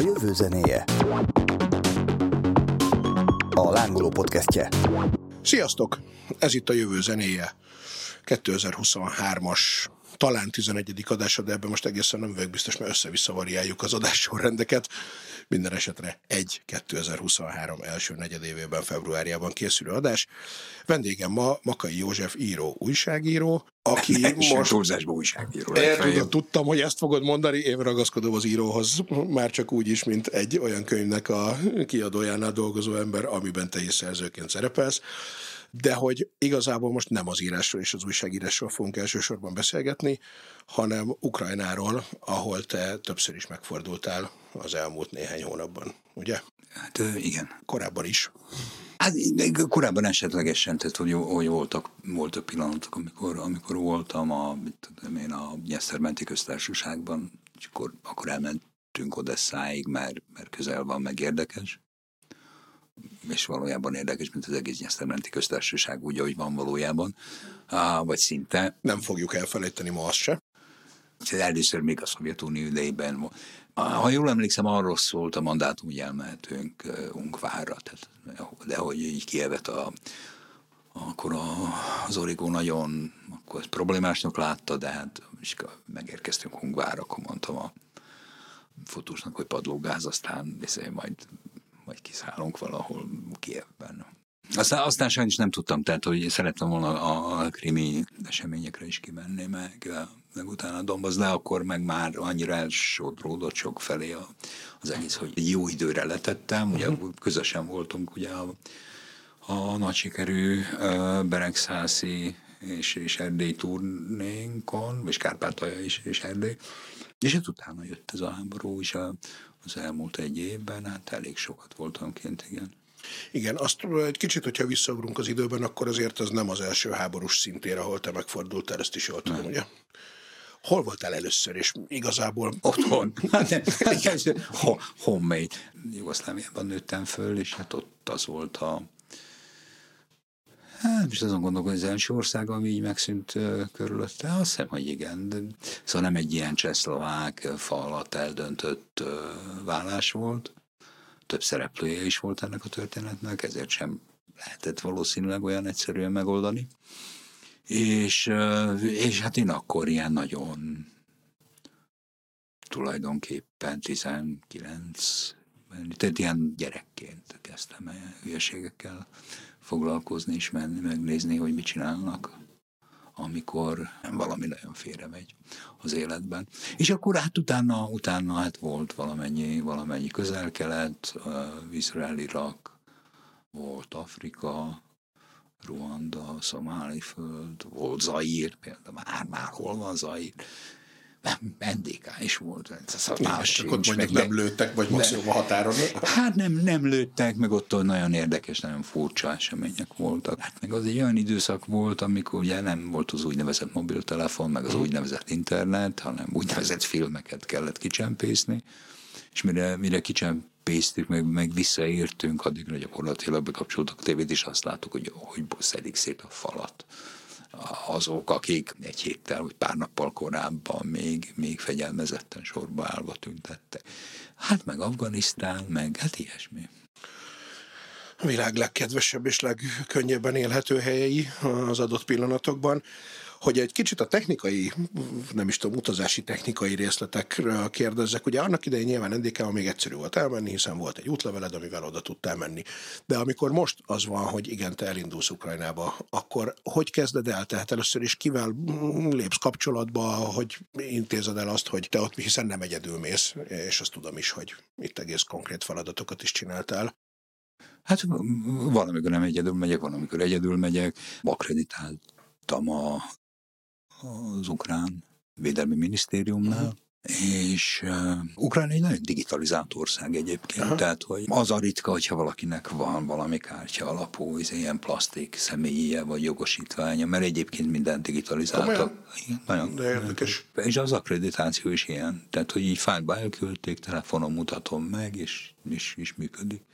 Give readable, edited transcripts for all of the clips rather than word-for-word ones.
jövő zenéje. A Lángoló podcastje. Sziasztok! Ez itt a jövő zenéje. 2023-as, talán 11. adása, de ebben most egészen nem vagyok biztos, mert össze-vissza variáljuk az adássorrendeket. Minden esetre 2023 első negyedévében, februárjában készülő adás. Vendégem ma Makai József író, újságíró, aki most... újságíró. Tudtam, hogy ezt fogod mondani, én ragaszkodom az íróhoz, már csak úgy is, mint egy olyan könyvnek a kiadójánál dolgozó ember, amiben te is szerzőként szerepelsz. De hogy igazából most nem az írásról és az újságírásról fogunk elsősorban beszélgetni, hanem Ukrajnáról, ahol te többször is megfordultál az elmúlt néhány hónapban, ugye? Hát igen. Korábban is. Hát korábban esetlegesen, tehát hogy voltak pillanatok, amikor voltam a Nyesztermenti Köztársaságban, és akkor elmentünk Odesszáig, mert közel van, meg érdekes. És valójában érdekes, mint az egész Nyesztermenti Köztársaság, úgy, ahogy van valójában, vagy szinte. Nem fogjuk elfelejteni ma azt se. Először még a Szovjetunió idejében. Ha jól emlékszem, arról szólt a mandátum, hogy elmehetünk Ungvárra, de hogy így Kijevet akkor az Origó nagyon akkor problémásnak látta, de hát és megérkeztünk Ungvárra, akkor mondtam a fotósnak, hogy padlógáz, aztán majd kiszállunk valahol Kijevben. Aztán sajnos nem tudtam, tehát hogy szerettem volna a krimi eseményekre is kimenni, meg utána a Donbass, de akkor meg már annyira elsodródott sok felé az egész, hogy jó időre letettem, ugye közösen voltunk ugye a nagy sikerű Beregszászi és Erdély turnénkon, és Kárpátalja és Erdély, és hát utána jött ez a háború is az elmúlt egy évben, hát elég sokat voltam kint, igen. Igen, azt egy kicsit, hogyha visszaugrunk az időben, akkor azért ez nem az első háborús szintér, ahol te megfordultál, ezt is jól tudom, ugye? Hol voltál először, és igazából... Otthon. Homemade. Jugoszláviában nőttem föl, és hát ott az volt most azon gondolom, hogy az első ország, ami így megszűnt körülötte, azt hiszem, hogy igen. De, szóval nem egy ilyen csehszlovák fa alatt eldöntött vállás volt. Több szereplője is volt ennek a történetnek, ezért sem lehetett valószínűleg olyan egyszerűen megoldani. És hát én akkor ilyen nagyon tulajdonképpen 19, tehát ilyen gyerekként kezdtem hülyeségekkel foglalkozni és menni, megnézni, hogy mit csinálnak, amikor valami nagyon félremegy az életben. És akkor hát utána hát volt valamennyi Közel-Kelet, Izrael, Irak, volt Afrika, Ruanda, Szomáli-föld, volt Zaír, például már hol van Zaír, NDK is volt. Akkor mondjuk nem lőttek, vagy maximum a határon? Hát nem lőttek, meg ott nagyon érdekes, nagyon furcsa események voltak. Hát meg az egy olyan időszak volt, amikor ugye nem volt az úgynevezett mobiltelefon, meg az úgynevezett internet, hanem úgynevezett filmeket kellett kicsempészni, és mire kicsempésztük, meg visszaértünk, addigra gyakorlatilag bekapcsoltak a tévét, és azt láttuk, hogy szedik szét a falat. Azok, akik egy héttel vagy pár nappal korábban még fegyelmezetten sorba állva tüntettek. Hát meg Afganisztán, meg hát ilyesmi. A világ legkedvesebb és legkönnyebben élhető helyei az adott pillanatokban. Hogy egy kicsit a technikai, nem is tudom, utazási technikai részletekről kérdezzek. Ugye annak idején nyilván NDK-val még egyszerű volt elmenni, hiszen volt egy útleveled, amivel oda tudtál menni. De amikor most az van, hogy igen, te elindulsz Ukrajnába, akkor hogy kezded el? Tehát először is kivel lépsz kapcsolatba, hogy intézed el azt, hogy te ott, hiszen nem egyedül mész, és azt tudom is, hogy itt egész konkrét feladatokat is csináltál. Hát valamikor nem egyedül megyek, valamikor egyedül megyek. Akkreditáltam az ukrán védelmi minisztériumnál, és Ukrajna egy nagyon digitalizált ország egyébként, tehát hogy az a ritka, hogyha valakinek van valami kártya alapú, ilyen plastik személye vagy jogosítványa, mert egyébként minden digitalizáltak. Nagyon érdekes. És az akkreditáció is ilyen, tehát hogy így fájlba elküldték, telefonon mutatom meg, és működik.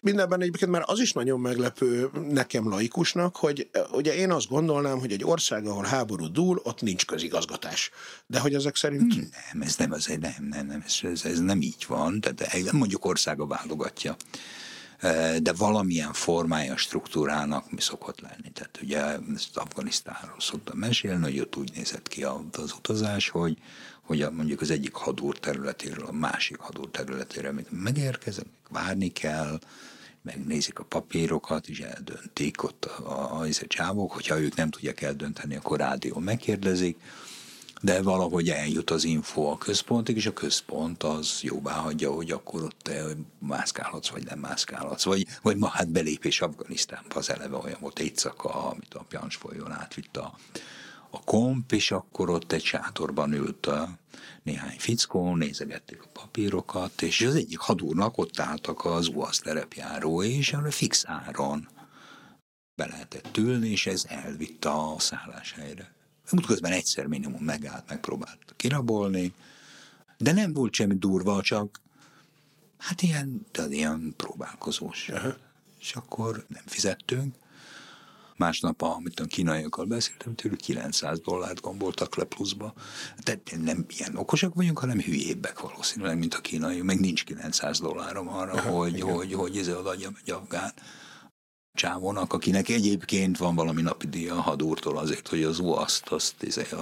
Mindenben egyébként már az is nagyon meglepő nekem laikusnak, hogy ugye én azt gondolnám, hogy egy ország, ahol háború dúl, ott nincs közigazgatás. De hogy ezek szerint... Nem, ez nem így van, tehát mondjuk országa válogatja. De valamilyen formája struktúrának mi szokott lenni. Tehát ugye ezt Afganisztánról szoktam mesélni, hogy ott úgy nézett ki az utazás, hogy mondjuk az egyik hadúr területéről a másik hadúr területére megérkezek, várni kell, megnézik a papírokat, és eldöntik ott a csávok, hogyha ők nem tudják eldönteni, akkor rádión megkérdezik, de valahogy eljut az info a központig, és a központ az jóvá hagyja, hogy akkor ott te mászkálhatsz, vagy nem mászkálhatsz, vagy ma hát belépés Afganisztánba az eleve olyan volt, éjszaka, amit a Pjancs folyón átvitt a komp, és akkor ott egy sátorban ült néhány fickó, nézegették a papírokat, és az egyik hadúrnak ott álltak az UASZ terepjárói, és arra fix áron be lehetett ülni, és ez elvitte a szálláshelyre. Útközben egyszer minimum megállt, megpróbált kirabolni, de nem volt semmi durva, csak hát ilyen próbálkozós. Uh-huh. És akkor nem fizettünk. Másnap, amit a kínaiakkal beszéltem, tőlük $900 gomboltak le pluszba. Tehát nem ilyen okosak vagyunk, hanem hülyébbek valószínűleg, mint a kínai. Meg nincs $900 arra, hogy ez odaadjam egy afgán csávónak, akinek egyébként van valami napi díja a hadúrtól azért, hogy az UASZ-t azt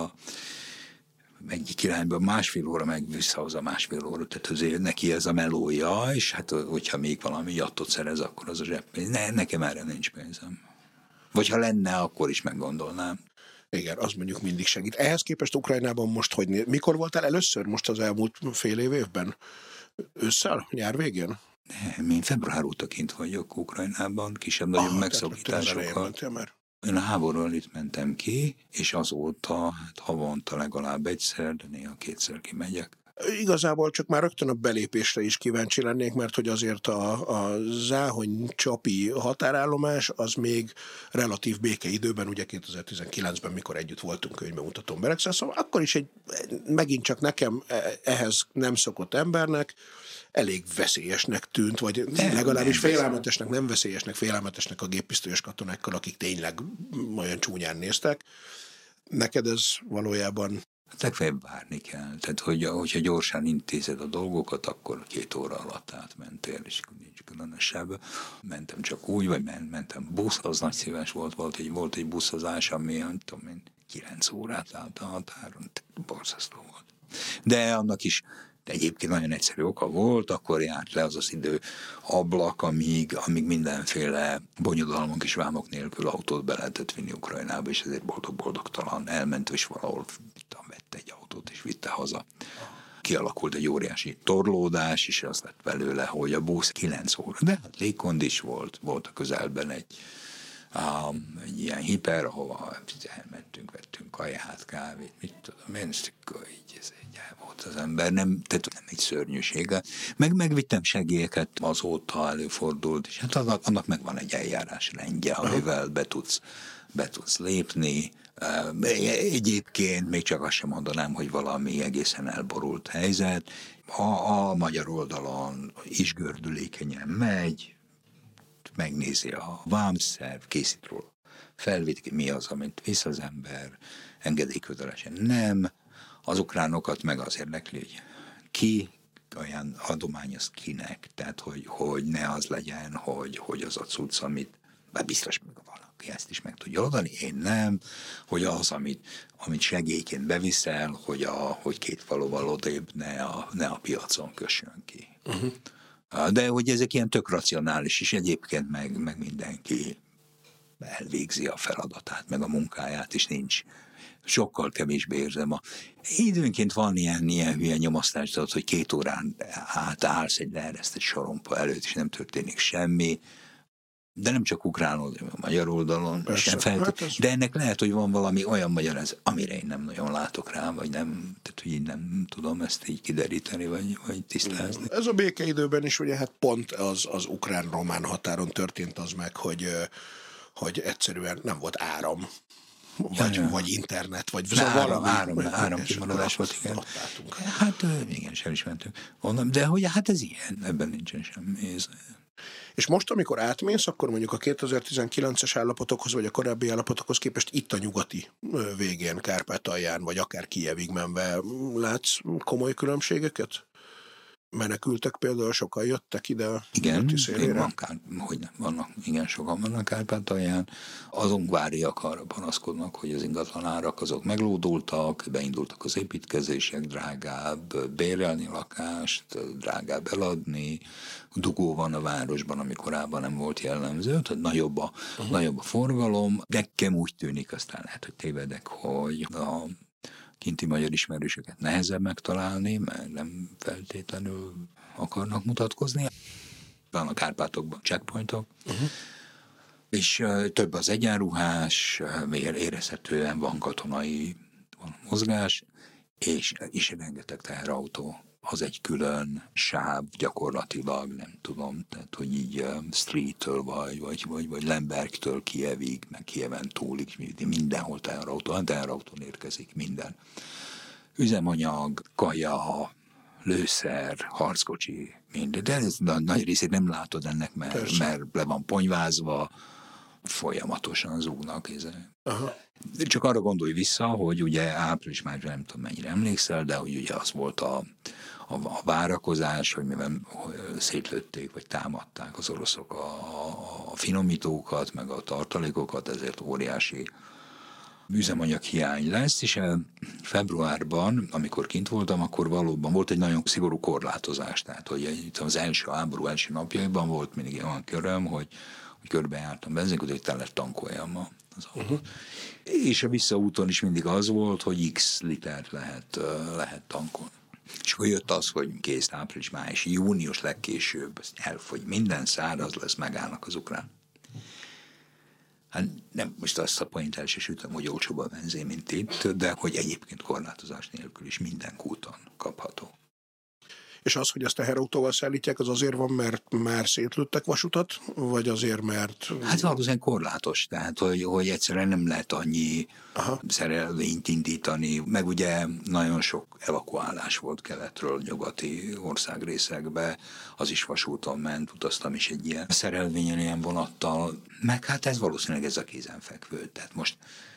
egyik irányban 1,5 óra, meg visszahoza 1,5 óra, tehát azért neki ez a melója, és hát hogyha még valami jattot szerez, akkor az a zseppénz. Nekem erre nincs pénzem. Vagy ha lenne, akkor is meggondolnám. Igen, az mondjuk mindig segít. Ehhez képest Ukrajnában most mikor voltál először most az elmúlt fél évben? Ősszel? Nyár végén? Nem, én február óta kint vagyok Ukrajnában, kisebb-nagyobb megszakításokkal. Én a háborúval itt mentem ki, és azóta havonta legalább egyszer, de néha kétszer kimegyek. Igazából csak már rögtön a belépésre is kíváncsi lennék, mert hogy azért a záhony-csapi határállomás az még relatív békeidőben, ugye 2019-ben, mikor együtt voltunk könyvbemutatón Beregszál, szóval akkor is megint csak nekem ehhez nem szokott embernek elég veszélyesnek tűnt, vagy legalábbis félelmetesnek, nem veszélyesnek, félelmetesnek a géppisztolyos katonákkal, akik tényleg olyan csúnyán néztek. Neked ez valójában... Legfeljebb várni kell. Tehát, hogyha gyorsan intézed a dolgokat, akkor 2 óra alatt átmentél, és nincs különösebb. Mentem csak úgy, vagy mentem busz, az nagy szíves volt egy buszozás, ami, nem tudom én, 9 órát állt a határon, borzasztó volt. De annak is egyébként nagyon egyszerű oka volt, akkor járt le az idő ablak, amíg mindenféle bonyodalmak és vámok nélkül autót be lehetett vinni Ukrajnába, és ezért boldog-boldogtalan elment, és valahol vette egy autót, és vitte haza. Kialakult egy óriási torlódás, és az lett belőle, hogy a busz 9 óra. De hát légkondis volt a közelben egy ilyen hiper, ahova elmentünk, vettünk kaját, kávét, mit tudom én, így ez volt az ember, tehát nem egy szörnyűség. Megvittem segélyeket, azóta előfordult, és hát annak megvan egy eljárás rendje, amivel be tudsz lépni. Egyébként még csak azt sem mondanám, hogy valami egészen elborult helyzet. A magyar oldalon is gördülékenyen megy, megnézi a vámszerv, készít róla felvételi, mi az, amit visz az ember, engedélykötelesen nem. Az ukránokat meg az érdekli, hogy ki olyan adomány az kinek, tehát hogy ne az legyen, hogy az a cucc, amit biztos meg valaki ezt is meg tudja oldani, én nem, hogy az, amit segélyként beviszel, hogy 2 faluval odébb ne a piacon kössön ki. Uh-huh. De hogy ezek ilyen tök racionális is, egyébként meg mindenki elvégzi a feladatát, meg a munkáját, és nincs sokkal kevésbé érzem. Időnként van ilyen hülye nyomasztás, hogy 2 órán átállsz egy leeresztett sorompa előtt, és nem történik semmi. De nem csak ukrán oldalon, magyar oldalon sem feltétlenül. De ennek lehet, hogy van valami olyan magyarázat, amire én nem nagyon látok rá, vagy nem, tehát hogy így nem tudom ezt így kideríteni, vagy tisztázni. Ez a békeidőben is ugye hát pont az ukrán-román határon történt az meg, hogy egyszerűen nem volt áram. vagy internet, vagy áramkimaradás volt, igen. Hát igen, sem is mentünk onnan, de hogy hát ez ilyen, ebben nincsen semmi. És most, amikor átmész, akkor mondjuk a 2019-es állapotokhoz, vagy a korábbi állapotokhoz képest itt a nyugati végén, Kárpátalján, vagy akár Kijevig menve látsz komoly különbségeket? Például sokan jöttek ide a nyugati szélére? Igen, sokan vannak Kárpátalján. Az ungváriak arra panaszkodnak, hogy az ingatlanárak azok meglódultak, beindultak az építkezések, drágább bérelni lakást, drágább eladni, dugó van a városban, ami korábban nem volt jellemző, tehát nagyobb a forgalom. Nekem úgy tűnik, aztán lehet, hogy tévedek, hogy a kinti magyar ismerősöket nehezebb megtalálni, mert nem feltétlenül akarnak mutatkozni. Van a Kárpátokban checkpointok, és több az egyenruhás, érezhetően van katonai mozgás, és rengeteg teherautó. Az egy külön sáv gyakorlatilag, nem tudom, tehát hogy így Streettől vagy Lembergtől Kijevig, meg Kijeven túlig, mindenhol teherautón érkezik minden. Üzemanyag, kaja, lőszer, harckocsi, minden. De ez nagy részét nem látod ennek, mert le van ponyvázva, folyamatosan zúgnak. Csak arra gondolj vissza, hogy ugye április már nem tudom mennyire emlékszel, de hogy ugye az volt a várakozás, hogy mivel szétlőtték, vagy támadták az oroszok a finomítókat, meg a tartalékokat, ezért óriási üzemanyag hiány lesz, és februárban, amikor kint voltam, akkor valóban volt egy nagyon szigorú korlátozás, tehát hogy itt az első háború első napjaiban volt mindig olyan köröm, hogy körbejártam benzinkutat, hogy tele tankoljam az autót. És a visszaúton is mindig az volt, hogy x litert lehet tankolni. És akkor jött az, hogy kész április, május, június legkésőbb, elfogy, minden száraz lesz, megállnak az ukrán. Hát nem, most azt a pointtel se sütöm, hogy olcsóbb a benzin, mint itt, de hogy egyébként korlátozás nélkül is minden kúton kapható. És az, hogy ezt teherautóval szállítják, az azért van, mert már szétlőttek vasutat, vagy azért, mert... Hát valószínűleg korlátos, tehát hogy egyszerűen nem lehet annyi szerelvényt indítani, meg ugye nagyon sok evakuálás volt keletről nyugati országrészekbe, az is vasúton ment, utaztam is egy ilyen szerelvényen, ilyen vonattal, meg hát ez valószínűleg ez a kézenfekvő, tehát most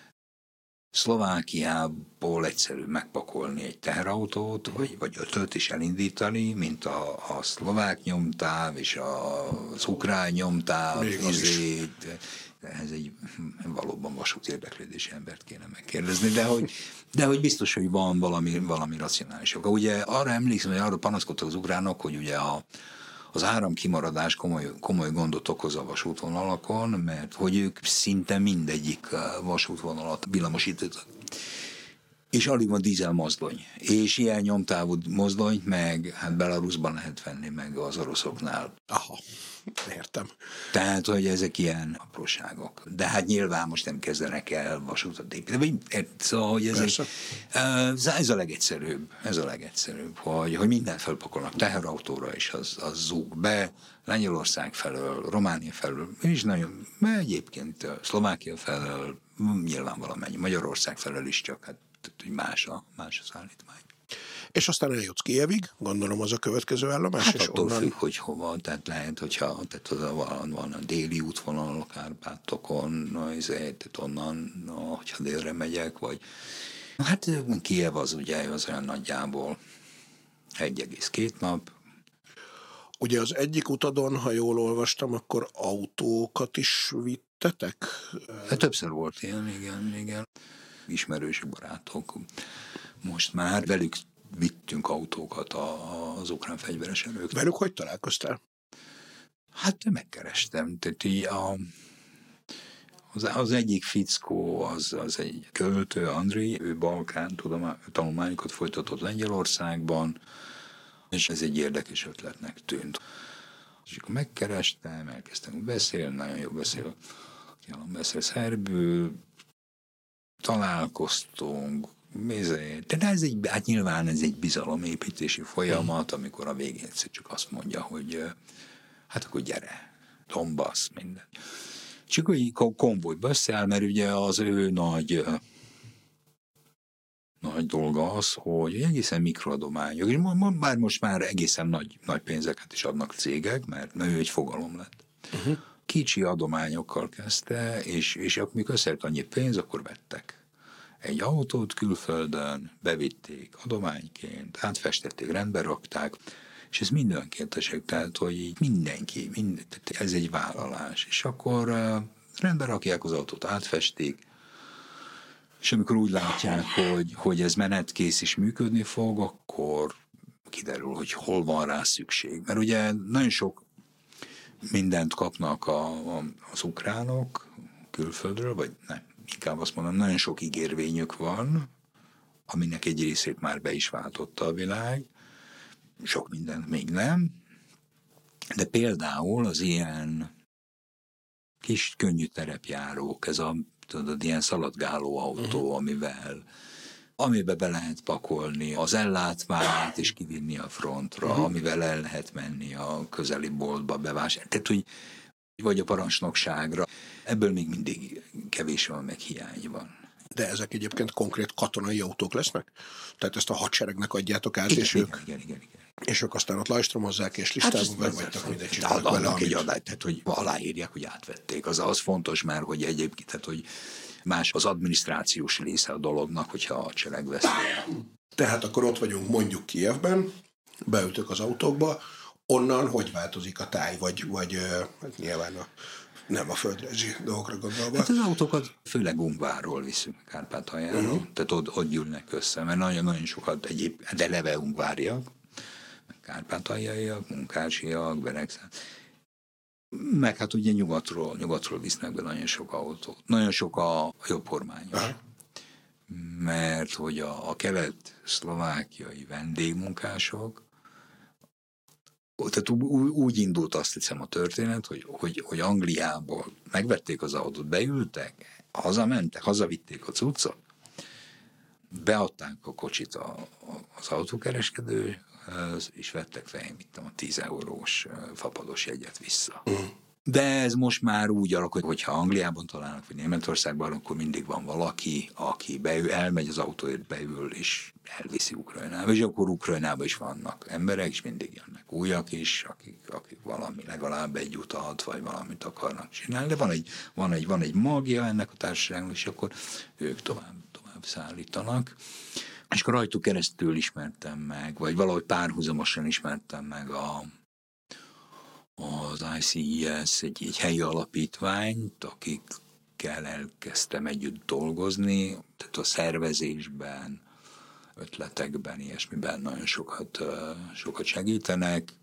Szlovákiából egyszerű megpakolni egy teherautót, vagy 5 is elindítani, mint a szlovák nyomtáv és az ukrán nyomtáv. Ez egy valóban vasút érdeklődési embert kéne megkérdezni, de hogy biztos, hogy van valami racionális oka. Ugye arra emlékszem, hogy arra panaszkodtak az ukránok, hogy ugye az áramkimaradás komoly gondot okoz a vasútvonalakon, mert hogy ők szinte mindegyik vasútvonalat villamosítottak. És alig van dízel mozdony. És ilyen nyomtávú mozdonyt meg hát Belarusban lehet venni meg az oroszoknál. Aha, értem. Tehát, hogy ezek ilyen apróságok. De hát nyilván most nem kezdenek el vasútat építeni. Szóval, hogy ez a legegyszerűbb, hogy mindent felpakolnak teherautóra, és az zúg be Lengyelország felől, Románia felől, és nagyon, mert egyébként Szlovákia felől, nyilván valamennyi, Magyarország felől is, csak hát más a szállítmány. És aztán eljutsz Kijevig, gondolom az a következő állomás. Hát és attól onnan... függ, hogy hova, tehát lehet, hogyha van a déli útvonal a Kárpátokon, tehát onnan, hogyha délre megyek, vagy hát Kijev az ugye az olyan nagyjából 1,2 nap. Ugye az egyik utadon, ha jól olvastam, akkor autókat is vittetek? Hát többször volt ilyen, igen. Ismerősök, barátok. Most már velük vittünk autókat az ukrán fegyveres erők. Velük hogy találkoztál? Hát megkerestem. Tehát így az egyik fickó, az egy költő, Andri, ő Balkán tanulmányokat folytatott Lengyelországban, és ez egy érdekes ötletnek tűnt. És akkor megkerestem, elkezdtem beszélni, nagyon jó beszél szerbül, találkoztunk, de hát nyilván ez egy bizalomépítési folyamat, amikor a végén egyszer csak azt mondja, hogy hát akkor gyere, Donbass, minden. Csak úgy konvojba összeáll, mert ugye az ő nagy dolga az, hogy egészen mikroadományok, és bár most már egészen nagy pénzeket is adnak cégek, mert ő egy fogalom lett. Kicsi adományokkal kezdte, és amikor összejött annyi pénz, akkor vettek egy autót külföldön, bevitték adományként, átfestették, rendbe rakták, és ez mind önkéntesek, tehát, hogy így mindenki, ez egy vállalás. És akkor rendbe rakják az autót, átfestik, és amikor úgy látják, hogy ez menetkész is működni fog, akkor kiderül, hogy hol van rá szükség. Mert ugye nagyon sok mindent kapnak az ukránok külföldről, vagy nem, inkább azt mondom, nagyon sok ígérvényük van, aminek egy részét már be is váltotta a világ, sok mindent még nem, de például az ilyen kis könnyű terepjárók, ez tudod, ilyen szaladgáló autó, amiben be lehet pakolni az ellátmányt és kivinni a frontra, amivel el lehet menni a közeli boltba bevásárolni. Tehát, hogy vagy a parancsnokságra. Ebből még mindig kevés van, meg hiány van. De ezek egyébként konkrét katonai autók lesznek? Tehát ezt a hadseregnek adjátok át, Igen, és igen. És ők aztán ott lajstromozzák, és listában vagytok, mindegy csinálnak vele, adnak egy adályt, tehát hogy aláírják, hogy átvették. Az fontos már, hogy egyébként, tehát hogy más az adminisztrációs része a dolognak, hogyha a hadsereg veszi el. Tehát akkor ott vagyunk mondjuk Kijevben, beültök az autókba, onnan hogy változik a táj, vagy hát nyilván nem a földrajzi dolgokra gondolva. Hát az autókat főleg Ungvárról viszünk Kárpátaljáról, tehát ott gyűlnek össze, mert nagyon sokat de eleve ungváriak, kárpátaljaiak, munkásiak, beregszák. Meg hát ugye nyugatról visznek be nagyon sok autót. Nagyon sok a jobbkormányos. Mert hogy a kelet-szlovákiai vendégmunkások, tehát úgy indult, azt hiszem, a történet, hogy Angliából megvették az autót, beültek, hazamentek, hazavitték a cuccot, beadták a kocsit az autókereskedő, és vettek fel, a 10 eurós fapados jegyet vissza. De ez most már úgy alakul, hogy ha Angliában találnak, vagy Németországban, akkor mindig van valaki, aki elmegy az autóért, beül, és elviszi Ukrajnába. És akkor Ukrajnában is vannak emberek, és mindig jönnek újak is, akik valami, legalább egy utat, vagy valamit akarnak csinálni. De van egy magja ennek a társaságnak, és akkor ők tovább szállítanak. És akkor rajtuk keresztül ismertem meg, vagy valahogy párhuzamosan ismertem meg az ICES, egy helyi alapítványt, akikkel elkezdtem együtt dolgozni, tehát a szervezésben, ötletekben, ilyesmiben nagyon sokat segítenek.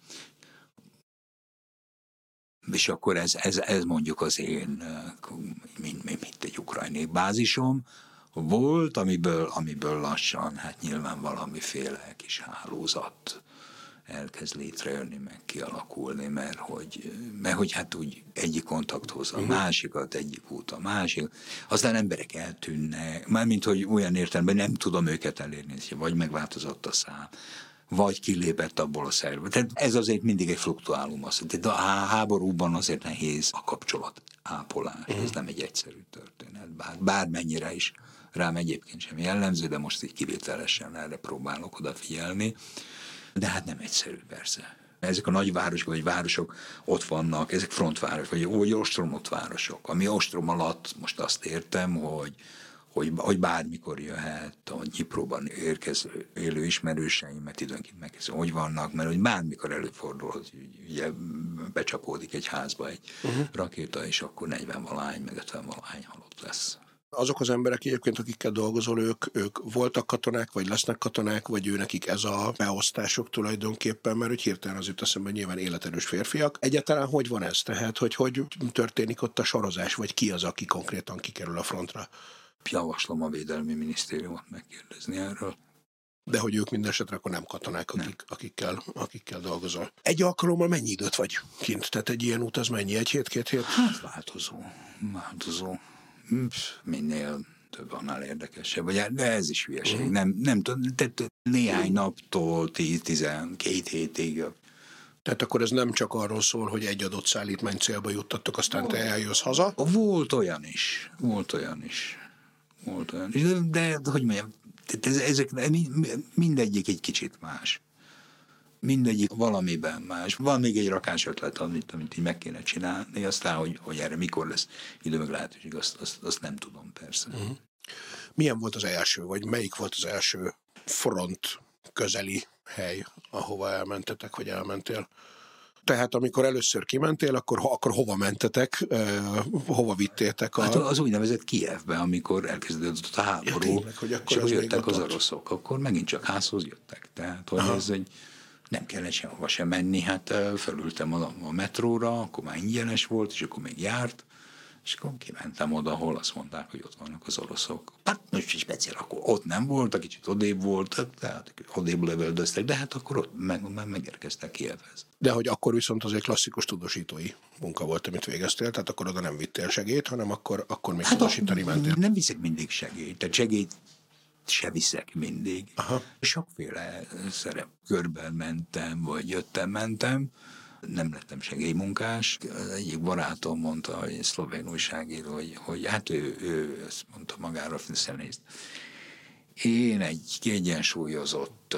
És akkor ez mondjuk az én, mint egy ukrajnai bázisom, volt, amiből lassan, hát nyilván valamiféle kis hálózat elkezd létrejönni, meg kialakulni, mert hogy hát úgy egyik kontakthoz a másikat, egyik út a másik, aztán emberek eltűnnek, mármint, hogy olyan értelemben nem tudom őket elérni, vagy megváltozott a szám, vagy kilépett abból a szervből. Tehát ez azért mindig egy fluktuálum. Tehát a háborúban azért nehéz a kapcsolat ápolás. Ez nem egy egyszerű történet. Bármennyire is rám egyébként sem jellemző, de most így kivételesen erre próbálok odafigyelni. De hát nem egyszerű, persze. Ezek a nagyvárosok, vagy városok ott vannak, ezek frontvárosok, vagy ostromott városok. Ami ostrom alatt most azt értem, hogy bármikor jöhet a Nyipróban érkező élő ismerőseimet időnként megkezdeni, hogy vannak, mert hogy bármikor előfordul, hogy ugye becsapódik egy házba egy rakéta, és akkor 40-valahány, meg 50-valahány halott lesz. Azok az emberek egyébként, akikkel dolgozol, ők voltak katonák, vagy lesznek katonák, vagy nekik ez a beosztások tulajdonképpen, mert hogy hirtelen az jut eszembe, nyilván életerős férfiak. Egyáltalán hogy van ez? Tehát, hogy történik ott a sorozás, vagy ki az, aki konkrétan kikerül a frontra? Javaslom a Védelmi Minisztériumot megkérdezni erről. De hogy ők minden esetre akkor nem katonák, akikkel dolgozol. Egy alkalommal mennyi időt vagy kint? Tehát egy ilyen út az mennyi? 1 hét, 2 hét? Hát változó. Minél több, annál érdekesebb. De ez is hülyeség. Nem tudom, tehát néhány naptól 10-12 hétig Tehát akkor ez nem csak arról szól, hogy egy adott szállítmány célba juttattok, aztán te eljössz haza. Volt olyan is. De hogy mondjam, ezek mindegyik egy kicsit más. Mindegyik valamiben más. Van még egy rakás ötlet, amit így meg kéne csinálni, aztán, hogy erre mikor lesz idő, meg lehetőség, azt nem tudom persze. Uh-huh. Milyen volt az első, vagy melyik volt az első front közeli hely, ahova elmentetek, vagy elmentél? Tehát amikor először kimentél, akkor hova mentetek, hova vittétek? Hát az úgynevezett Kijevbe, amikor elkezdődött a háború, tényleg, hogy és akkor jöttek az oroszok, akkor megint csak házhoz jöttek. Tehát, hogy ez egy, nem kellett sehova sem menni, hát felültem a metróra, akkor már ingyenes volt, és akkor még járt, és akkor kimentem oda, ahol azt mondták, hogy ott vannak az oroszok. Hát most is speciál, akkor ott nem volt, kicsit odébb volt, tehát odébb lövöldöztek, de hát akkor ott megérkeztek Kijevhez. De hogy akkor viszont az egy klasszikus tudósítói munka volt, amit végeztél, tehát akkor oda nem vittél segélyt, hanem akkor még tudósítani mentél. Nem viszek mindig segélyt, tehát segélyt se viszek mindig. Aha. Sokféle szerepkörben mentem, vagy mentem. Nem lettem segélymunkás. Az egyik barátom mondta, hogy egy szlovén újságíró, hogy hát ő ezt mondta magára, fűszenészt. Én egy kiegyensúlyozott,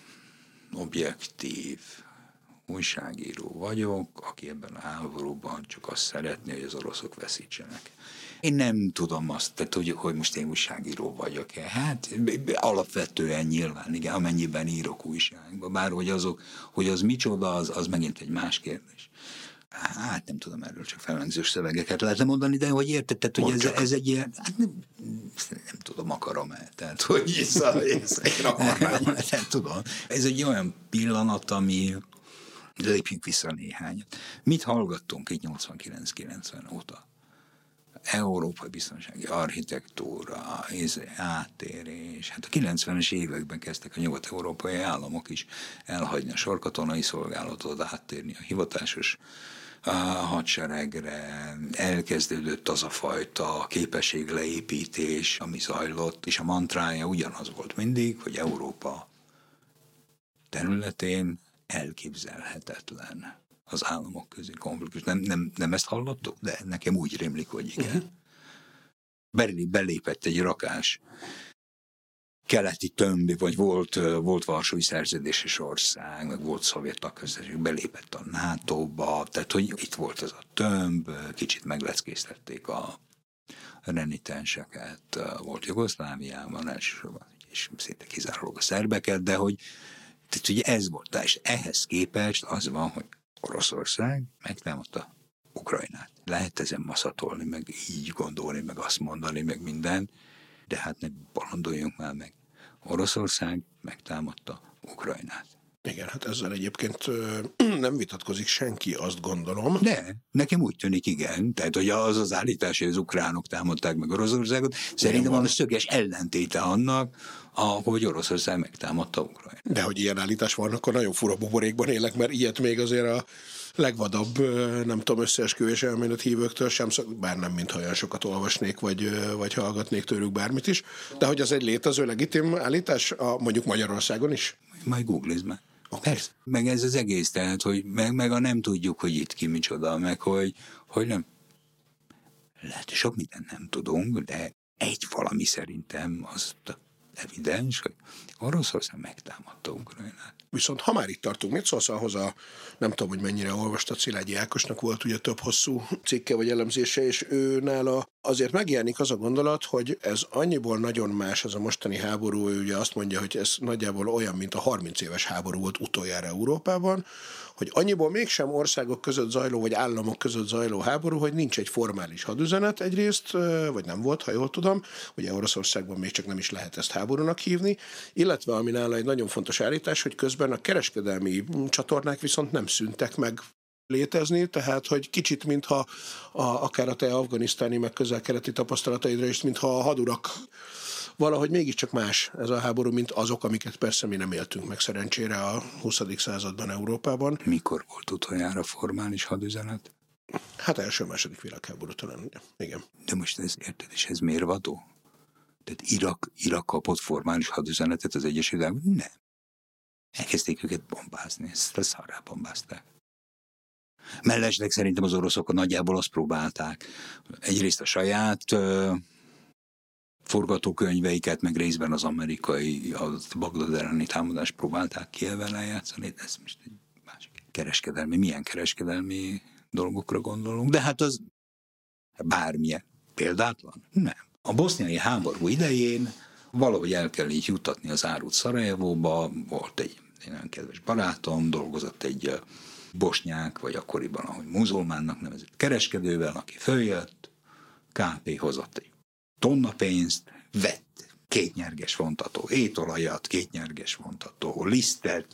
objektív újságíró vagyok, aki ebben a háborúban csak azt szeretné, hogy az oroszok veszítsenek. Én nem tudom azt, tehát, hogy most én újságíró vagyok-e. Hát alapvetően nyilván, igen, amennyiben írok újságba. Bár hogy az micsoda, az megint egy más kérdés. Hát nem tudom, erről csak felhangzós szövegeket lehetne mondani, de hogy érted, tehát, hogy ez egy ilyen, hát nem tudom, akarom-e. Tehát, hogy nem tudom. Ez egy olyan pillanat, ami, de lépjünk vissza néhányat. Mit hallgattunk itt 89-90 óta? Európai biztonsági architektúra, áttérés. Hát a 90-es években kezdtek a nyugat-európai államok is elhagyni a sorkatonai szolgálatot, áttérni a hivatásos hadseregre, elkezdődött az a fajta képességleépítés, ami zajlott, és a mantrája ugyanaz volt mindig, hogy Európa területén elképzelhetetlen az államok közé konfliktus. Nem ezt hallottuk, de nekem úgy rémlik, hogy igen. Uh-huh. Belépett egy rakás keleti tömbi, vagy volt Varsói Szerződéses ország, meg volt szovjet tagközösség, belépett a NATO-ba, tehát hogy itt volt ez a tömb, kicsit megleckéztették a renitenseket, volt Jugoszláviában elsősorban, és szinte kizárólag a szerbeket, de hogy tehát ugye ez volt, és ehhez képest az van, hogy Oroszország megtámadta Ukrajnát. Lehet ezen maszatolni, meg így gondolni, meg azt mondani, meg minden, de hát ne balandoljunk már meg. Oroszország megtámadta Ukrajnát. Igen, hát ezzel egyébként nem vitatkozik senki, azt gondolom. De, nekem úgy tűnik, igen. Tehát, hogy az állítás, hogy az ukránok támadták meg Oroszországot, szerintem van a szöges ellentéte annak, ahogy Oroszország megtámadta Ukrajnát. De hogy ilyen állítás van, akkor nagyon fura buborékban élek, mert ilyet még azért a legvadabb, nem tudom, összeesküvés elmélet hívőktől sem, bár nem mintha olyan sokat olvasnék, vagy hallgatnék tőlük bármit is, de hogy az egy létező legitim állítás, mondjuk Magyarországon is? Majd googlizd meg. Okay. Persze. Meg ez az egész, tehát, hogy meg a nem tudjuk, hogy itt ki micsoda, meg hogy nem. Lehet, sok mindent nem tudunk, de egy valami szerintem az evidens, hogy Oroszország megtámadta Ukrajnát. Viszont ha már itt tartunk, mit szólsz ahhoz nem tudom, hogy mennyire olvastad, Szilágyi Ákosnak volt ugye több hosszú cikke vagy elemzése, és ő nála azért megjelenik az a gondolat, hogy ez annyiból nagyon más ez a mostani háború, ő ugye azt mondja, hogy ez nagyjából olyan, mint a 30 éves háború volt utoljára Európában, hogy annyiból mégsem országok között zajló, vagy államok között zajló háború, hogy nincs egy formális hadüzenet egyrészt, vagy nem volt, ha jól tudom, ugye Oroszországban még csak nem is lehet ezt háborúnak hívni, illetve ami nála egy nagyon fontos állítás, hogy közben a kereskedelmi csatornák viszont nem szűntek meg létezni, tehát hogy kicsit, mintha akár a te afganisztáni, meg közel-keleti tapasztalataidra is, mintha a hadurak valahogy mégiscsak más ez a háború, mint azok, amiket persze mi nem éltünk meg szerencsére a 20. században Európában. Mikor volt utoljára formális hadüzenet? Hát első-második világháború talán, igen. De most ez, érted, és ez mérvadó? Tehát Irak kapott formális hadüzenetet az Egyesült Államok? Nem. Elkezdték őket bombázni, ezt a szarrá bombázták. Mellesleg szerintem az oroszok nagyjából azt próbálták. Egyrészt a saját forgatókönyveiket, meg részben az amerikai, a Bagdad elleni támadást próbálták Kijevben lejátszani. Ez most egy másik kereskedelmi, milyen kereskedelmi dolgokra gondolunk, de hát az bármilyen példátlan? Nem. A boszniai háború idején valahogy el kell így juttatni az árut Szarajevóba, volt egy nagyon kedves barátom, dolgozott egy bosnyák, vagy akkoriban, ahogy muzulmánnak nevezett kereskedővel, aki följött, KP hozott egy tonna pénzt, vett 2 nyerges vontató étolajat, 2 nyerges vontató lisztet,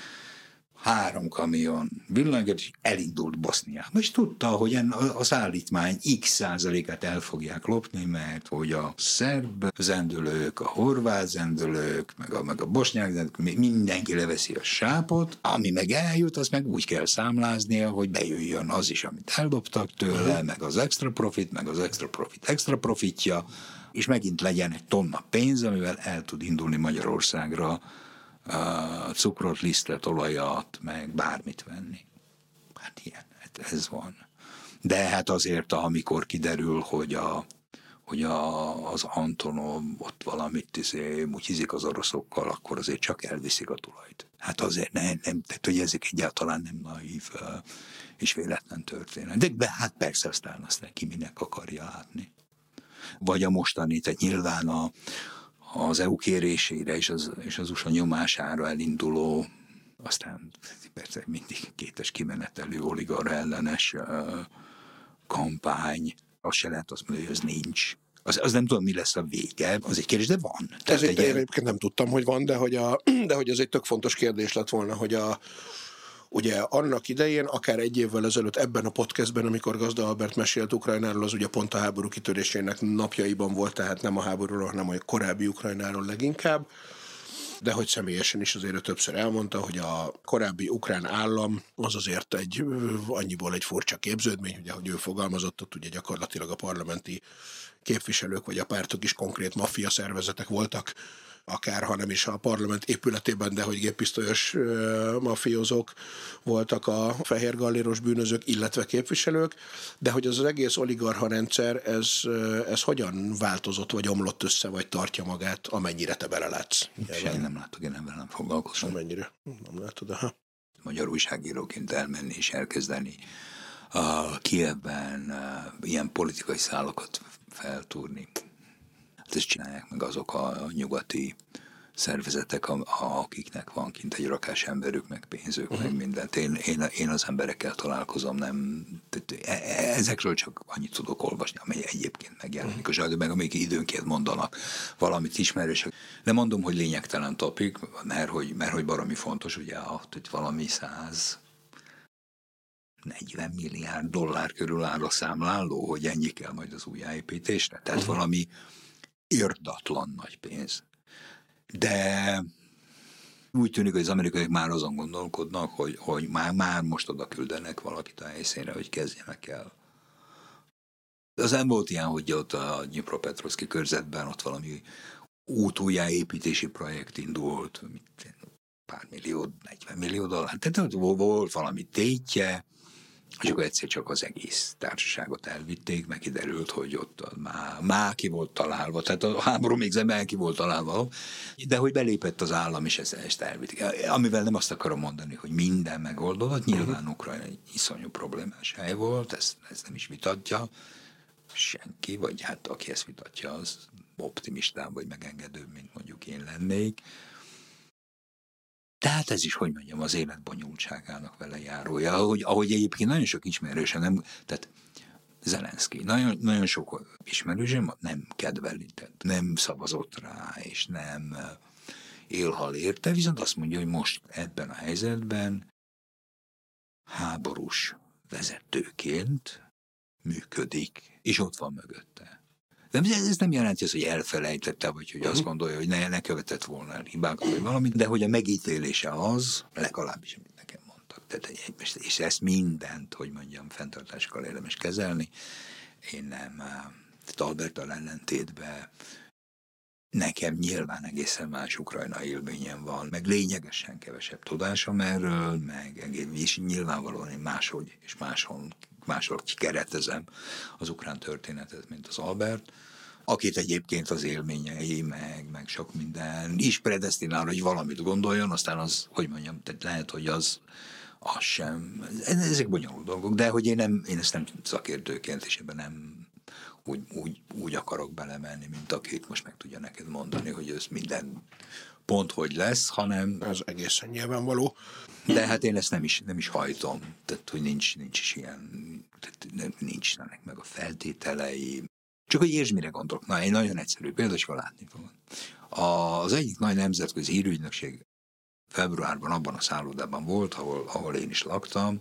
3 kamion villanyért, és elindult Boszniába. És tudta, hogy a szállítmány x% el fogják lopni, mert hogy a szerb zendülők, a horvát zendülők, meg a bosnyák zendülők, mindenki leveszi a sápot, ami meg eljut, az meg úgy kell számláznia, hogy bejöjjön az is, amit eldobtak tőle, meg az extra profit, meg az extra profitja, és megint legyen egy tonna pénz, amivel el tud indulni Magyarországra cukrot, lisztet, olajat, meg bármit venni. Hát ilyen, ez van. De hát azért, amikor kiderül, hogy az Antonov ott valamit mutyizik az oroszokkal, akkor azért csak elviszik a tulajt. Hát azért nem, tehát hogy ezek egyáltalán nem naív és véletlen történet. De hát persze aztán ki minek akarja látni. Vagy a mostani, tehát nyilván az EU kérésére és az USA nyomására elinduló, aztán persze mindig kétes kimenetelő oligarcha ellenes kampány, azt se lehet azt mondani, hogy az nincs. Az nem tudom, mi lesz a vége, az egy kérdés, de van. Ez én egyébként nem tudtam, hogy van, de hogy ez egy tök fontos kérdés lett volna, hogy ugye annak idején, akár egy évvel ezelőtt ebben a podcastben, amikor Gazda Albert mesélt Ukrajnáról, az ugye pont a háború kitörésének napjaiban volt, tehát nem a háborúról, hanem a korábbi Ukrajnáról leginkább, de hogy személyesen is azért többször elmondta, hogy a korábbi ukrán állam az azért annyiból egy furcsa képződmény, ugye, hogy ő fogalmazott, ott ugye gyakorlatilag a parlamenti képviselők vagy a pártok is konkrét maffia szervezetek voltak, akár, hanem is a parlament épületében, de hogy géppisztolyos mafiózók voltak a fehér galléros bűnözők, illetve képviselők, de hogy az egész oligarcha rendszer, ez hogyan változott, vagy omlott össze, vagy tartja magát, amennyire te belelátsz? Én nem látok, én ebben nem foglalkozom. Amennyire? Nem látod, aha. Magyar újságíróként elmenni és elkezdeni a Kijevben ilyen politikai szálakat feltúrni. Hát ezt csinálják meg azok a nyugati szervezetek, akiknek van kint egy rakás emberük, meg pénzük, meg mindent. Én az emberekkel találkozom, nem... Ezekről csak annyit tudok olvasni, amely egyébként megjelenik a zsákban, meg amelyik időnként mondanak valamit ismerősök. De mondom, hogy lényegtelen topik, mert hogy baromi fontos, ugye, hogy valami 140 milliárd dollár körül áll a számláló, hogy ennyi kell majd az újjáépítésre. Tehát valami irdatlan nagy pénz. De úgy tűnik, hogy az amerikaiak már azon gondolkodnak, hogy már most oda küldenek valakit a helyszínre, hogy kezdjenek el. Az nem volt ilyen, hogy ott a Dnyipropetrovszki körzetben ott valami újjáépítési projekt indult, pár millió, 40 millió dollár. Tehát volt valami tétje, és akkor egyszer csak az egész társaságot elvitték, meg kiderült, hogy ott már ki volt találva, tehát a háború még zemmel ki volt találva, de hogy belépett az állam, és ezt elvitték. Amivel nem azt akarom mondani, hogy minden megoldódott, nyilván Ukrajna egy iszonyú problémás hely volt, ezt nem is vitatja senki, vagy hát aki ezt vitatja, az optimistább, vagy megengedőbb, mint mondjuk én lennék. Tehát ez is, hogy mondjam, az élet bonyolultságának vele járója. Ahogy egyébként nagyon sok ismerősem, nem, tehát Zelenszky, nagyon sok ismerősem nem kedveli, tehát nem szavazott rá, és nem élhal érte, viszont azt mondja, hogy most ebben a helyzetben háborús vezetőként működik, és ott van mögötte. De ez nem jelenti azt, hogy elfelejtette, vagy hogy azt gondolja, hogy ne követett volna el hibákat, vagy valamit, de hogy a megítélése az, legalábbis, amit nekem mondtak. Tehát, és ezt mindent, hogy mondjam, fenntartásokkal érdemes kezelni. Én nem, tehát Alberttal ellentétben Nekem nyilván egészen más Ukrajna élményem van, meg lényegesen kevesebb tudásom erről, és nyilvánvalóan én máshogy és máshol keretezem az ukrán történetet, mint az Albert, akit egyébként az élményei, meg sok minden is predesztinál, hogy valamit gondoljon, aztán az, hogy mondjam, tehát lehet, hogy az sem, ezek bonyolult dolgok, de hogy én ezt nem szakértőként, és ebben nem úgy akarok belemenni, mint akit most meg tudja neked mondani, hogy ez minden pont hogy lesz, hanem... Ez egészen nyilvánvaló. De hát én ezt nem is hajtom, tehát hogy nincs is ilyen, tehát nincsenek meg a feltételei. Csak hogy értsd, mire gondolok. Na, egy nagyon egyszerű példa, és látni fogod. Az egyik nagy nemzetközi hírügynökség februárban abban a szállodában volt, ahol én is laktam,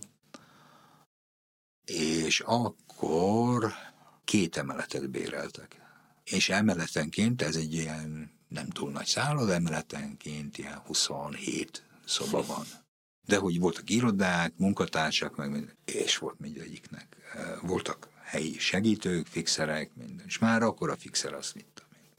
és akkor 2 emeletet béreltek. És emeletenként, ez egy ilyen nem túl nagy szálloda, emeletenként ilyen 27 szoba van. De hogy voltak irodák, munkatársak, meg minden, és volt mindegyiknek. Voltak helyi segítők, fixerek, minden. És már akkor a fixer azt mondta,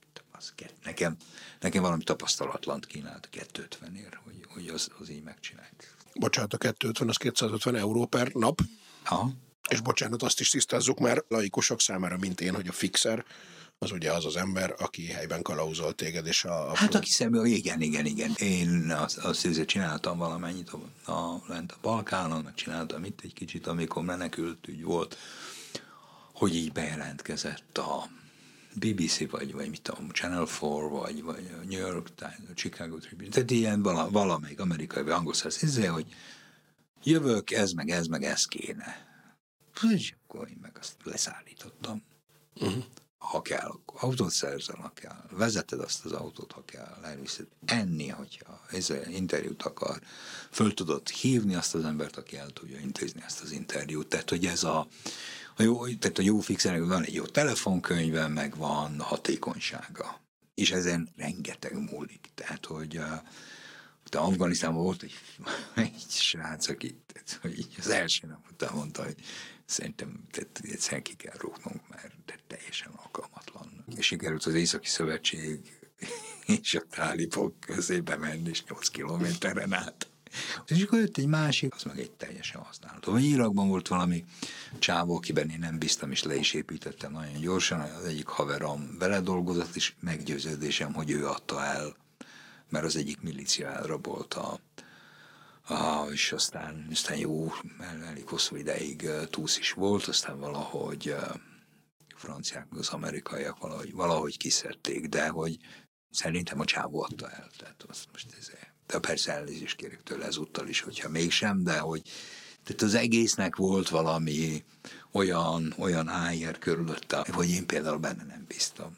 nekem valami tapasztalatlant kínált 250-ért, hogy az így megcsinálják. Bocsánat, a 250 az 250 euró per nap. Aha. És bocsánat, azt is tisztázzuk már laikusok számára, mint én, hogy a fixer az ugye az ember, aki helyben kalauzol téged, és Hát aki szemben, igen. Én azt csináltam valamennyit lent a Balkánon, meg csináltam itt egy kicsit, amikor menekült ügy volt, hogy így bejelentkezett a BBC, vagy mit tudom, Channel 4, vagy a New York Times, a Chicago Tribune, tehát ilyen valamelyik amerikai, vagy angol száz, hogy jövök, ez meg kéne. És akkor én meg azt leszállítottam. Ha kell, autót szerzel, ha kell, vezeted azt az autót, ha kell, elviszed enni, hogyha ez interjút akar, föl tudod hívni azt az embert, aki el tudja intézni ezt az interjút. Tehát, hogy ez a jó fixernek van egy jó telefonkönyve, meg van hatékonysága. És ezen rengeteg múlik. Tehát, hogy Afganisztánban volt egy srác, aki az első nap után mondta, hogy szerintem egyszerűen ki kell rúgnunk, mert teljesen alkalmatlan. És sikerült az Északi Szövetség és a tálibok közébe menni, és 8 kilométeren át. És akkor jött egy másik, az meg egy teljesen használható. Vagy Irakban volt valami csávó, akiben én nem bíztam, és le is építettem nagyon gyorsan. Az egyik haverom vele dolgozott, és meggyőződésem, hogy ő adta el, mert az egyik milícia elrabolta. És aztán jó, elég hosszú ideig túsz is volt, aztán valahogy franciák, az amerikaiak valahogy kiszedték, de hogy szerintem a csávó adta el. Tehát azt most de persze elnézést kérek tőle ezúttal is, hogyha mégsem, de hogy tehát az egésznek volt valami olyan ájér körülötte, hogy én például benne nem bíztam.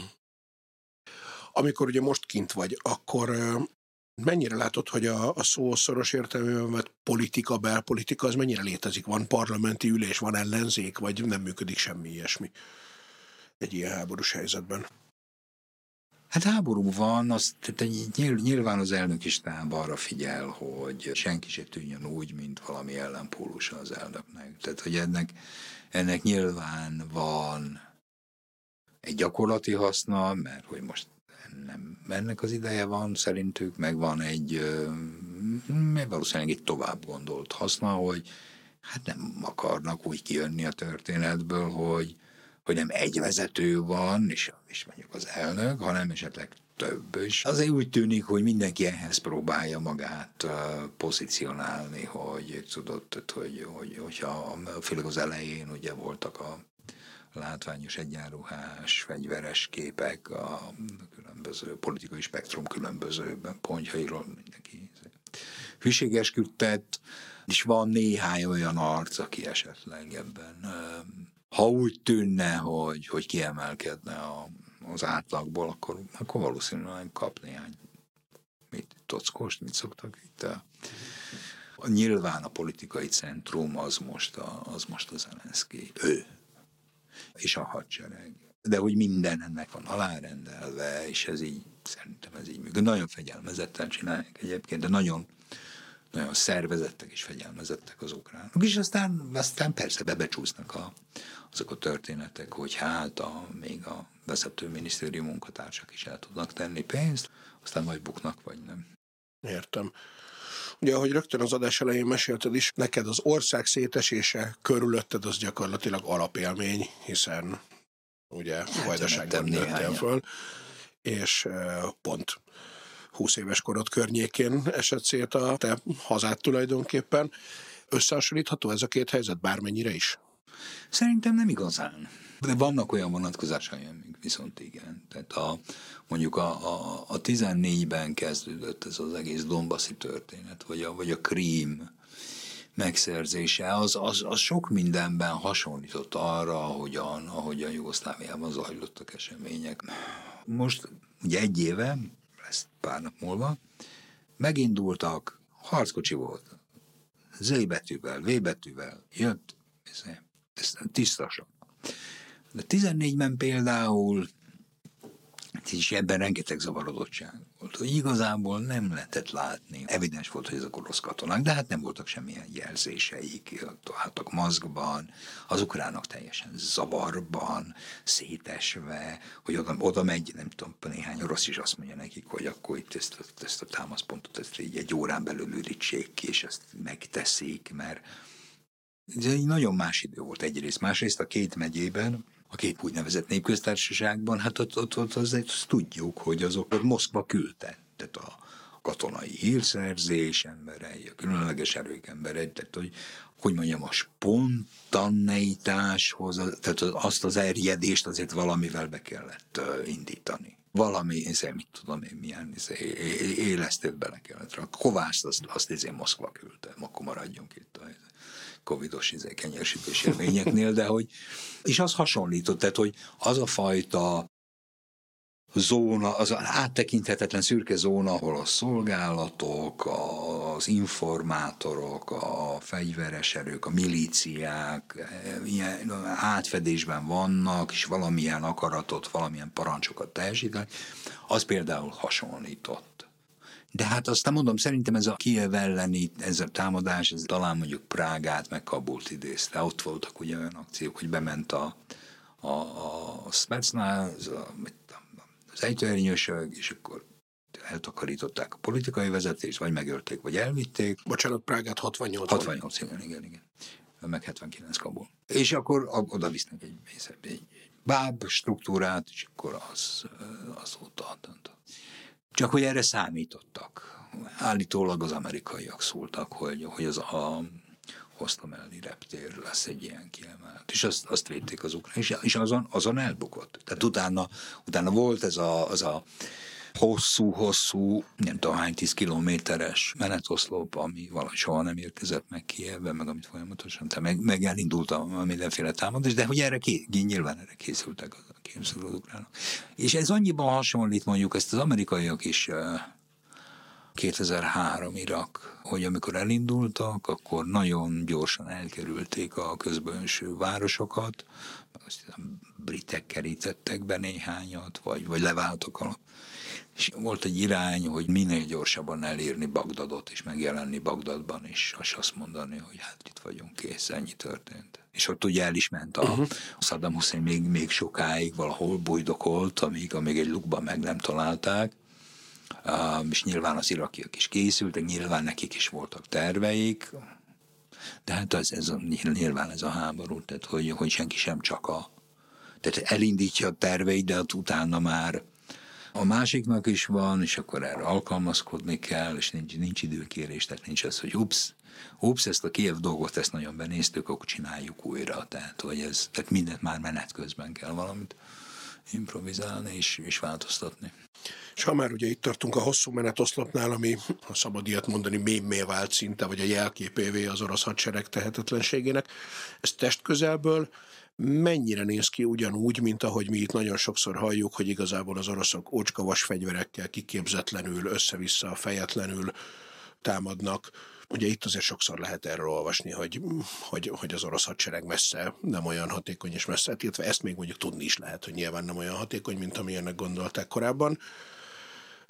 Amikor ugye most kint vagy, akkor mennyire látod, hogy a szó szoros értelmében vett politika, belpolitika, az mennyire létezik? Van parlamenti ülés, van ellenzék, vagy nem működik semmi ilyesmi egy ilyen háborús helyzetben? Hát háború van, nyilván az elnöki stáb arra figyel, hogy senki se tűnjön úgy, mint valami ellenpólusa az elnöknek. Tehát, hogy ennek nyilván van egy gyakorlati haszna, mert hogy most nem ennek az ideje van szerintük, meg van egy valószínűleg egy tovább gondolt haszna, hogy hát nem akarnak úgy kijönni a történetből, hogy nem egy vezető van, és mondjuk az elnök, hanem esetleg több. És azért úgy tűnik, hogy mindenki ehhez próbálja magát pozícionálni, hogy tudod, hogyha főleg az elején ugye voltak a látványos egyenruhás, fegyveres képek a különböző politikai spektrum különböző pontjairól, mindenki hűségesküdtett, és van néhány olyan arc, aki esetleg ebben, ha úgy tűnne, hogy kiemelkedne az átlagból, akkor valószínűleg kap néhány tockost, mit szoktak itt. Nyilván a politikai centrum az most a Zelenszkij. Ő. És a hadsereg. De hogy minden ennek van alárendelve, és ez így, szerintem ez így működik. Nagyon fegyelmezetten csinálják egyébként, de nagyon, nagyon szervezettek és fegyelmezettek az ukránok. És aztán persze bebecsúsznak azok a történetek, hogy hát még a vezető minisztérium munkatársak is el tudnak tenni pénzt, aztán majd buknak, vagy nem. Értem. Ugye, ahogy rögtön az adás elején mesélted is, neked az ország szétesése körülötted az gyakorlatilag alapélmény, hiszen ugye Vajdaságban nőttél föl, és pont 20 éves korod környékén esett szét a te hazád tulajdonképpen. Összehasonlítható ez a két helyzet bármennyire is? Szerintem nem igazán. De vannak olyan vonatkozásai, amik viszont igen. Tehát mondjuk a 14-ben kezdődött ez az egész Donbassi történet, vagy a Krím megszerzése, az sok mindenben hasonlított arra, ahogyan Jugoszláviában zajlottak események. Most ugye egy éve, lesz pár nap múlva, megindultak, harckocsi volt, Z betűvel, V betűvel, jött, ez tisztasan. De 14-ben például, és ebben rengeteg zavarodottság volt, hogy igazából nem lehetett látni. Evidens volt, hogy ezek orosz katonák, de hát nem voltak semmilyen jelzéseik, álltak maszkban, az ukránok teljesen zavarban, szétesve, hogy oda megy, nem tudom, néhány orosz is azt mondja nekik, hogy akkor itt ezt a támaszpontot ezt így egy órán belül ürítsék ki, és ezt megteszik, mert ez egy nagyon más idő volt egyrészt. Másrészt a két megyében, a két úgynevezett népköztársaságban, hát ott azért azt tudjuk, hogy azokat Moszkva küldte. Tehát a katonai hírszerzés emberei, a különleges erők emberei, tehát hogy mondjam, a spontaneitáshoz, tehát azt az erjedést azért valamivel be kellett indítani. Valami, mit tudom én, milyen élesztőt bele kellett rakni. Kovászt azt Moszkva küldte, akkor maradjunk itt a covidos kenyérsítés élményeknél, de hogy, és az hasonlított, tehát, hogy az a fajta zóna, az áttekinthetetlen szürke zóna, ahol a szolgálatok, az informátorok, a fegyveres erők, a milíciák ilyen átfedésben vannak, és valamilyen akaratot, valamilyen parancsokat teljesítenek, az például hasonlított. De hát aztán mondom, szerintem ez a Kijev elleni, ez a támadás, ez talán mondjuk Prágát, meg Kabult idézte. Ott voltak ugye olyan akciók, hogy bement a Spetsnaz, az ejtőernyősök, és akkor eltakarították a politikai vezetést, vagy megölték, vagy elvitték. Bocsánat, Prágát 68. 68, igen. Meg 79 Kabul. És akkor oda visznek egy báb struktúrát, és akkor az ott Csak hogy erre számítottak. Állítólag az amerikaiak szóltak, hogy az a Hostomeli reptér lesz egy ilyen kiemelt. És azt védték az ukrán, és azon elbukott. Tehát utána volt ez a hosszú, nem tudom hány 10 kilométeres menetoszlop, ami valahogy soha nem érkezett meg Kijevbe, meg amit folyamatosan, meg elindult a mindenféle támadás, de hogy nyilván erre készültek az ukránok. És ez annyiban hasonlít, mondjuk ezt az amerikaiak is 2003 Irak, hogy amikor elindultak, akkor nagyon gyorsan elkerülték a közbenső városokat, azt hiszem, britek kerítettek be néhányat, vagy leváltak és volt egy irány, hogy minél gyorsabban elérni Bagdadot, és megjelenni Bagdadban, és azt mondani, hogy hát itt vagyunk, kész, ennyi történt. És ott ugye el is ment a Saddam Hussein még sokáig valahol bujdokolt, amíg egy lukban meg nem találták, és nyilván az irakiak is készültek, nyilván nekik is voltak terveik, de hát nyilván ez a háború, tehát hogy senki sem tehát elindítja a terveit, de hát utána már a másiknak is van, és akkor erre alkalmazkodni kell, és nincs időkérés, tehát nincs az, hogy ups, ezt a Kijev dolgot, ezt nagyon benéztük, akkor csináljuk újra. Tehát mindent már menet közben kell valamit improvizálni és változtatni. És ha már ugye itt tartunk a hosszú menetoszlopnál, ami, ha szabad ilyet mondani, mémmé vált szinte, vagy a jelképévé az orosz hadsereg tehetetlenségének, ez testközelből mennyire néz ki ugyanúgy, mint ahogy mi itt nagyon sokszor halljuk, hogy igazából az oroszok ócskavas fegyverekkel, kiképzetlenül, össze-vissza, fejetlenül támadnak. Ugye itt azért sokszor lehet erről olvasni, hogy az orosz hadsereg messze nem olyan hatékony és messze, illetve ezt még mondjuk tudni is lehet, hogy nyilván nem olyan hatékony, mint amilyennek gondolták korábban.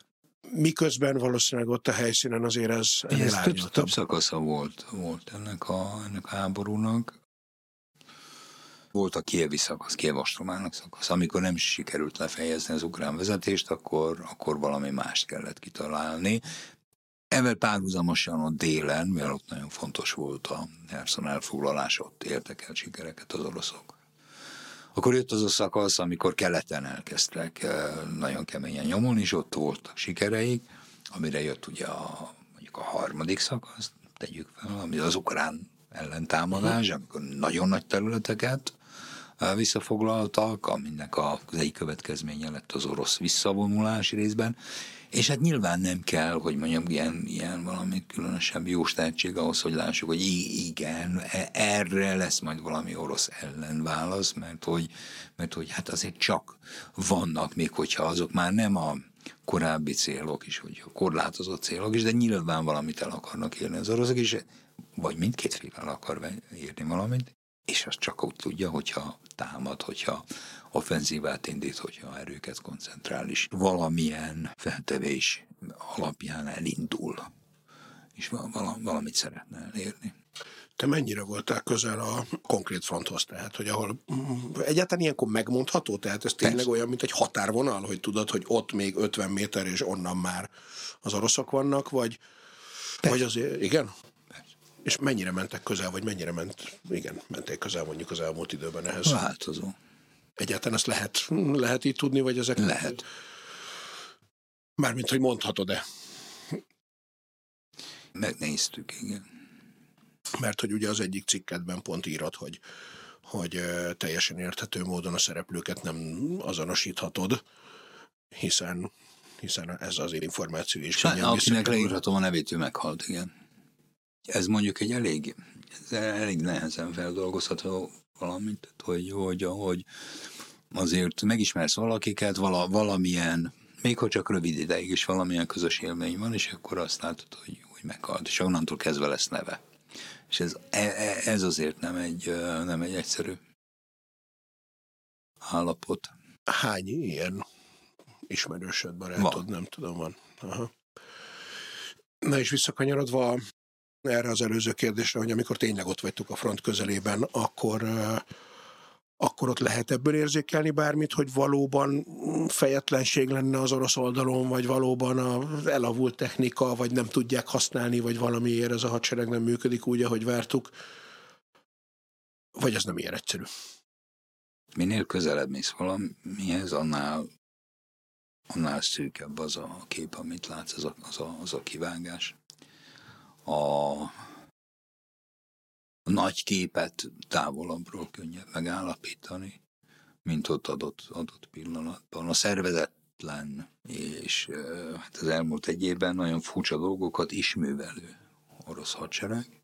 miközben valószínűleg ott a helyszínen azért ez több szakasza volt ennek a háborúnak. Volt a kijevi szakasz, Kijev-ostromának szakasz. Amikor nem sikerült lefejezni az ukrán vezetést, akkor valami mást kellett kitalálni. Ezzel párhuzamosan ott délen, mivel ott nagyon fontos volt a Herson elfoglalása, ott értek el sikereket az oroszok. Akkor jött az a szakasz, amikor keleten elkezdtek nagyon keményen nyomulni, és ott voltak sikereik, amire jött ugye mondjuk a harmadik szakasz, tegyük fel, ami az ukrán ellentámadás, amikor nagyon nagy területeket visszafoglaltak, aminek az egyik következménye lett az orosz visszavonulás részben, és hát nyilván nem kell, hogy mondjam, ilyen valami különösebb jós tehetség ahhoz, hogy lássuk, hogy igen, erre lesz majd valami orosz ellenválasz, mert hogy hát azért csak vannak, még hogyha azok már nem a korábbi célok is, hogy a korlátozott célok is, de nyilván valamit el akarnak érni az oroszok is, vagy mindkét fél el akar érni valamit, és azt csak úgy tudja, hogyha támad, hogyha offenzívát indít, hogyha erőket koncentrál is. Valamilyen feltevés alapján elindul, és valamit szeretne elérni. Te mennyire voltál közel a konkrét fronthoz? Tehát, hogy ahol egyáltalán ilyenkor megmondható? Tehát ez tényleg olyan, mint egy határvonal, hogy tudod, hogy ott még 50 méter, és onnan már az oroszok vannak, vagy azért, igen? És mennyire mentek közel, vagy mennyire menték közel mondjuk az elmúlt időben ehhez? Változó. Egyáltalán ezt lehet így tudni, vagy ezek... Lehet. Mármint, hogy mondhatod-e? Megnéztük, igen. Mert hogy ugye az egyik cikkedben pont írod, hogy teljesen érthető módon a szereplőket nem azonosíthatod, hiszen ez az információ is. Akinek leírhatom a nevét, ő meghalt, igen. Ez mondjuk egy elég nehezen feldolgozható valamit, hogy azért megismersz valakiket, valamilyen, még hogy csak rövid ideig is valamilyen közös élmény van, és akkor azt látod, hogy meghalt, és onnantól kezdve lesz neve. És ez azért nem egy egyszerű állapot. Hány ilyen ismerősöd, barátod, nem tudom, van. Aha. Na és visszakanyarodva erre az előző kérdésre, hogy amikor tényleg ott vagytok a front közelében, akkor ott lehet ebből érzékelni bármit, hogy valóban fejetlenség lenne az orosz oldalon, vagy valóban az elavult technika, vagy nem tudják használni, vagy valamiért ez a hadsereg nem működik úgy, ahogy vártuk, vagy ez nem ilyen egyszerű? Minél közelebb mész valamihez, annál szűkebb az a kép, amit látsz, az a kivágás. A nagy képet távolabbról könnyebb megállapítani, mint ott adott pillanatban. A szervezetlen és hát az elmúlt egy évben nagyon furcsa dolgokat is művelő orosz hadsereg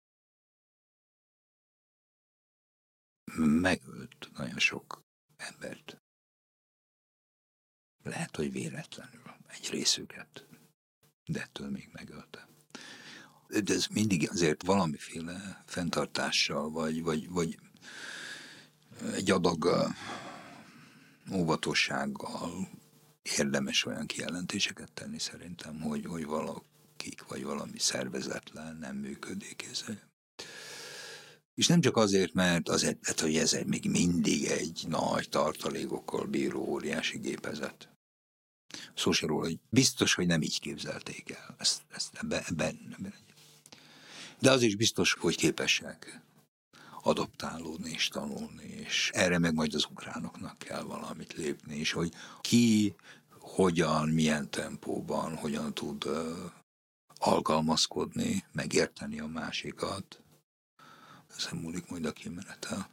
megölt nagyon sok embert. Lehet, hogy véletlenül egy részüket, de ettől még megölte. De ez mindig azért valamiféle fenntartással, vagy egy adag óvatossággal érdemes olyan kijelentéseket tenni szerintem, hogy valakik, vagy valami szervezetlen nem működik. És nem csak azért, mert hogy ez még mindig egy nagy tartalékokkal bíró óriási gépezet. Szó se róla, hogy biztos, hogy nem így képzelték el. Ebben. De az is biztos, hogy képesek adaptálódni és tanulni, és erre meg majd az ukránoknak kell valamit lépni, és hogy ki, hogyan, milyen tempóban, hogyan tud alkalmazkodni, megérteni a másikat. Ezen múlik majd a kimenetel.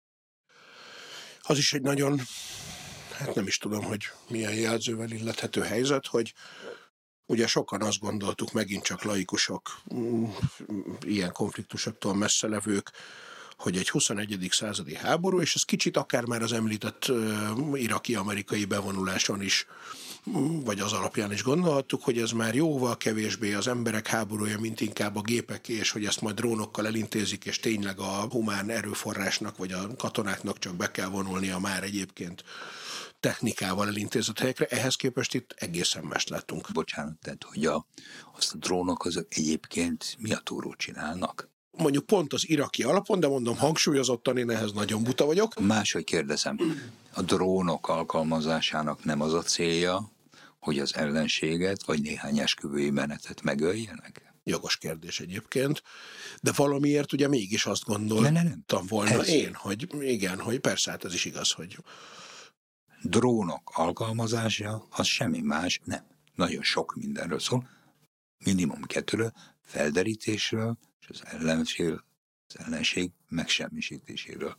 Az is egy nagyon, hát nem is tudom, hogy milyen jelzővel illethető helyzet, hogy ugye sokan azt gondoltuk, megint csak laikusok, ilyen konfliktusoktól messze levők, hogy egy 21. századi háború, és ez kicsit akár már az említett iraki-amerikai bevonuláson is, vagy az alapján is gondolhattuk, hogy ez már jóval kevésbé az emberek háborúja, mint inkább a gépeké, és hogy ezt majd drónokkal elintézik, és tényleg a humán erőforrásnak, vagy a katonáknak csak be kell vonulnia már egyébként technikával elintézett helyekre, ehhez képest itt egészen mást láttunk. Bocsánat, tehát hogy azt a drónok azok egyébként mi a túrót csinálnak? Mondjuk pont az iraki alapon, de mondom hangsúlyozottan, én ehhez nagyon buta vagyok. Máshogy kérdezem, a drónok alkalmazásának nem az a célja, hogy az ellenséget vagy néhány esküvői menetet megöljenek? Jogos kérdés egyébként, de valamiért ugye mégis azt gondoltam volna én, hogy igen, hogy persze, hát ez is igaz, hogy... Drónok alkalmazása az semmi más, nem. Nagyon sok mindenről szól, minimum 2-ről, felderítésről, és az ellenség megsemmisítéséről.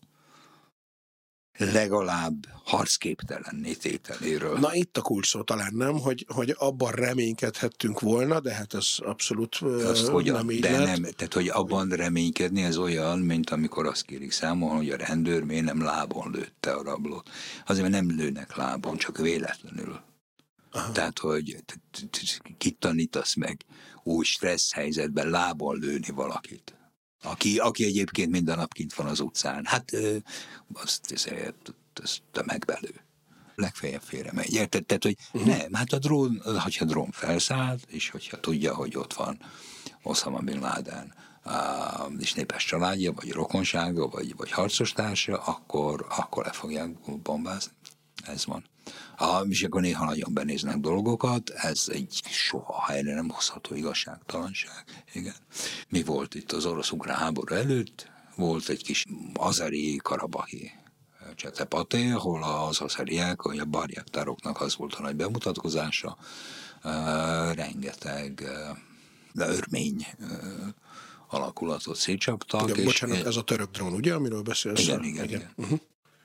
Legalább harcképtelenné tételéről. Na itt a kulcs szó talán nem, hogy abban reménykedhettünk volna, de hát ez abszolút nem így lett. Nem, tehát hogy abban reménykedni ez olyan, mint amikor azt kérik számon, hogy a rendőr miért nem lábon lőtte a rablót. Azért, mert nem lőnek lábon, csak véletlenül. Aha. Tehát, hogy kit tanítasz meg új stressz helyzetben lábon lőni valakit. Aki egyébként minden nap kint van az utcán. Hát azt megbelő. Legfeljebb félre megy. Érted? Tehát, hogy nem, hát a drón, hogyha drón felszáll, és hogyha tudja, hogy ott van Osama Bin Laden, és népes családja, vagy rokonsága, vagy harcostársa, akkor le fogják bombázni. Ez van. És akkor néha nagyon benéznek dolgokat, ez egy soha helyre nem hozható igazságtalanság. Igen. Mi volt itt az orosz-ukrán háború előtt? Volt egy kis azeri-karabahi csetepaté, ahol az azeriek, hogy a barjaktároknak az volt a nagy bemutatkozása, rengeteg örmény alakulatot szétcsaptak. Igen, bocsánat, ez a török drón, ugye, amiről beszélsz? Igen. Uh-huh.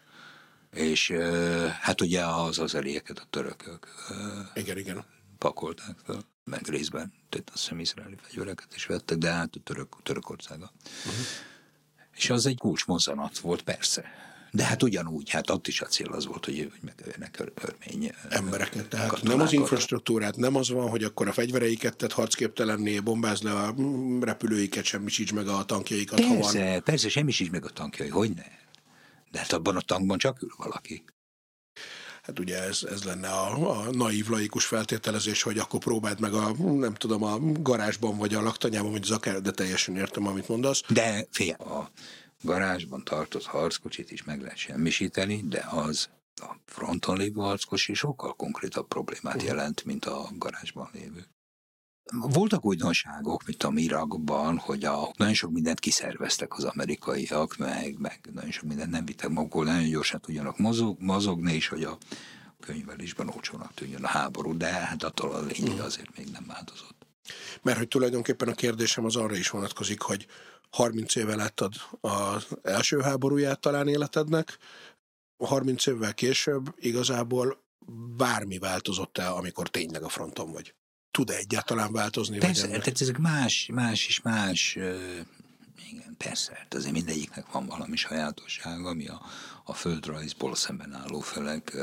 És hát ugye az azerieket a törökök igen. pakolták fel, meg részben, tehát azt hiszem izraeli fegyvereket is vettek, de hát a Törökországa. Uh-huh. És az egy kulcsmozzanat volt, persze. De hát ugyanúgy, hát ott is a cél az volt, hogy megöljenek örmény embereket. Tehát nem az infrastruktúrát, nem az van, hogy akkor a fegyvereiket tett harcképtelenné, bombázd le a repülőiket, semmisíts meg a tankjaikat, ha van. Persze, semmisíts meg a tankjai, hogyne? De hát abban a tankban csak ül valaki. Hát ugye ez lenne a naív laikus feltételezés, hogy akkor próbáld meg a garázsban vagy a laktanyában, vagy az akár, de teljesen értem, amit mondasz. De fél, a garázsban tartott harckocsit is meg lehet semmisíteni, de az a fronton lévő harckocsi sokkal konkrétabb problémát jelent, mint a garázsban lévő. Voltak újdonságok, mint a Irakban, hogy nagyon sok mindent kiszerveztek az amerikaiak, meg nagyon sok mindent nem vittek magukkal, nagyon gyorsan tudjanak mozogni, és hogy a könyvelésben olcsónak tűnjön a háború, de hát attól a lényeg azért még nem változott. Mert hogy tulajdonképpen a kérdésem az arra is vonatkozik, hogy 30 éve láttad az első háborúját talán életednek, 30 évvel később igazából bármi változott-e, amikor tényleg a fronton vagy? Tud-e egyáltalán változni? Persze, tehát ezek más, igen, persze, hát azért mindegyiknek van valami sajátossága, ami a földrajzból szemben álló felek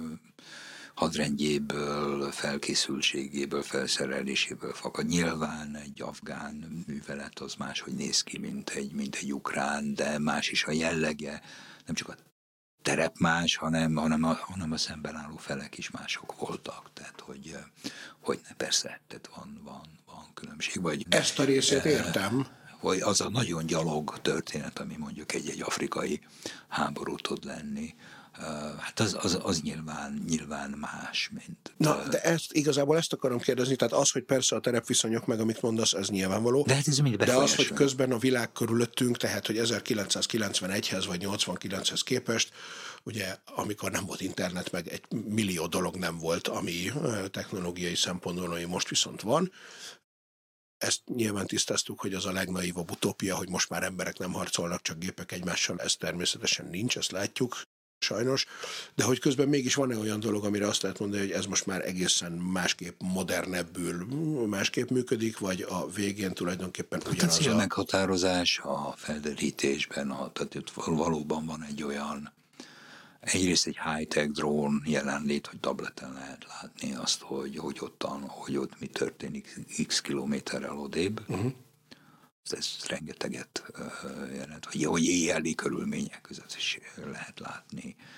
hadrendjéből, felkészültségéből, felszereléséből fakad. Nyilván egy afgán művelet az máshogy néz ki, mint egy ukrán, de más is a jellege, nem csak a terep más, hanem a szemben álló felek is mások voltak. Tehát, hogy ne, persze, tehát van különbség. Vagy, ezt a részét értem. Vagy az a nagyon gyalog történet, ami mondjuk egy afrikai háború tud lenni, hát az nyilván más, mint... Na, de igazából ezt akarom kérdezni, tehát az, hogy persze a terepviszonyok meg, amit mondasz, ez nyilvánvaló, de, hát ez de az, hogy közben a világ körülöttünk, tehát, hogy 1991-hez vagy 89-hez képest, ugye, amikor nem volt internet, meg 1 millió dolog nem volt, ami technológiai szempontból most viszont van. Ezt nyilván tisztáztuk, hogy az a legnaívabb utópia, hogy most már emberek nem harcolnak, csak gépek egymással, ez természetesen nincs, ezt látjuk, sajnos, de hogy közben mégis van-e olyan dolog, amire azt lehet mondani, hogy ez most már egészen másképp, modernebbül másképp működik, vagy a végén tulajdonképpen ugyanaz a célmeghatározás a felderítésben, tehát itt valóban van egy olyan, egyrészt egy high-tech drón jelenlét, hogy tableten lehet látni azt, hogy ott mi történik x kilométerrel odébb. Uh-huh. Ez rengeteget jelent, hogy éjjeli körülmények között is lehet látni,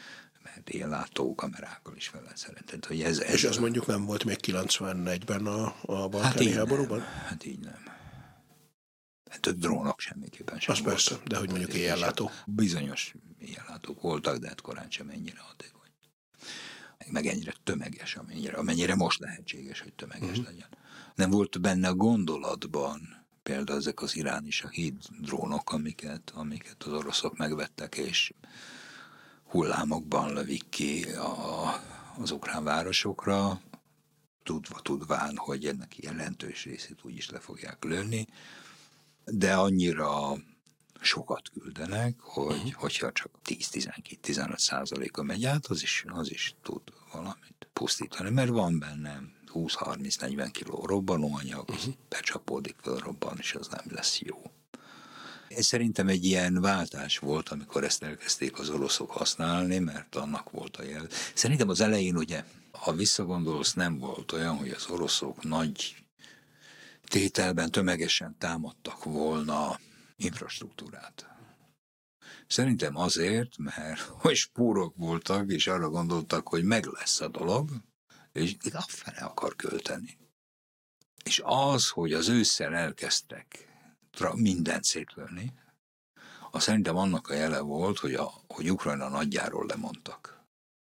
mert ilyen látókamerákkal is fel lehet szerelni. Hogy És ez mondjuk nem volt még 94-ben a balkáni háborúban? Hát így nem. Hát a drónok semmiképpen sem az voltak. Persze, de hogy mondjuk éjjellátók. Bizonyos éjjellátók voltak, de hát korán sem ennyire hatékony. Meg ennyire tömeges, amennyire most lehetséges, hogy tömeges legyen. Nem volt benne a gondolatban például ezek az iráni Shahid drónok, amiket az oroszok megvettek, és hullámokban lövik ki az ukrán városokra, tudván, hogy ennek jelentős részét úgyis le fogják lőni, de annyira sokat küldenek, hogyha csak 10-12-15%-a megy át, az is tud valamit pusztítani, mert van benne 20-30-40 kiló robbanóanyag, becsapódik, felrobban, és az nem lesz jó. Ez szerintem egy ilyen váltás volt, amikor ezt elkezdték az oroszok használni, mert annak volt a jel. Szerintem az elején, ugye, ha visszagondolsz, nem volt olyan, hogy az oroszok nagy tételben tömegesen támadtak volna infrastruktúrát. Szerintem azért, mert hogy spórok voltak, és arra gondoltak, hogy meg lesz a dolog, és fele akar költeni. És az, hogy az ősszel elkezdtek mindent szétlőni, az szerintem annak a jele volt, hogy Ukrajna nagyjáról lemondtak.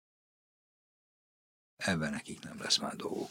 Ebben nekik nem lesz már dolguk.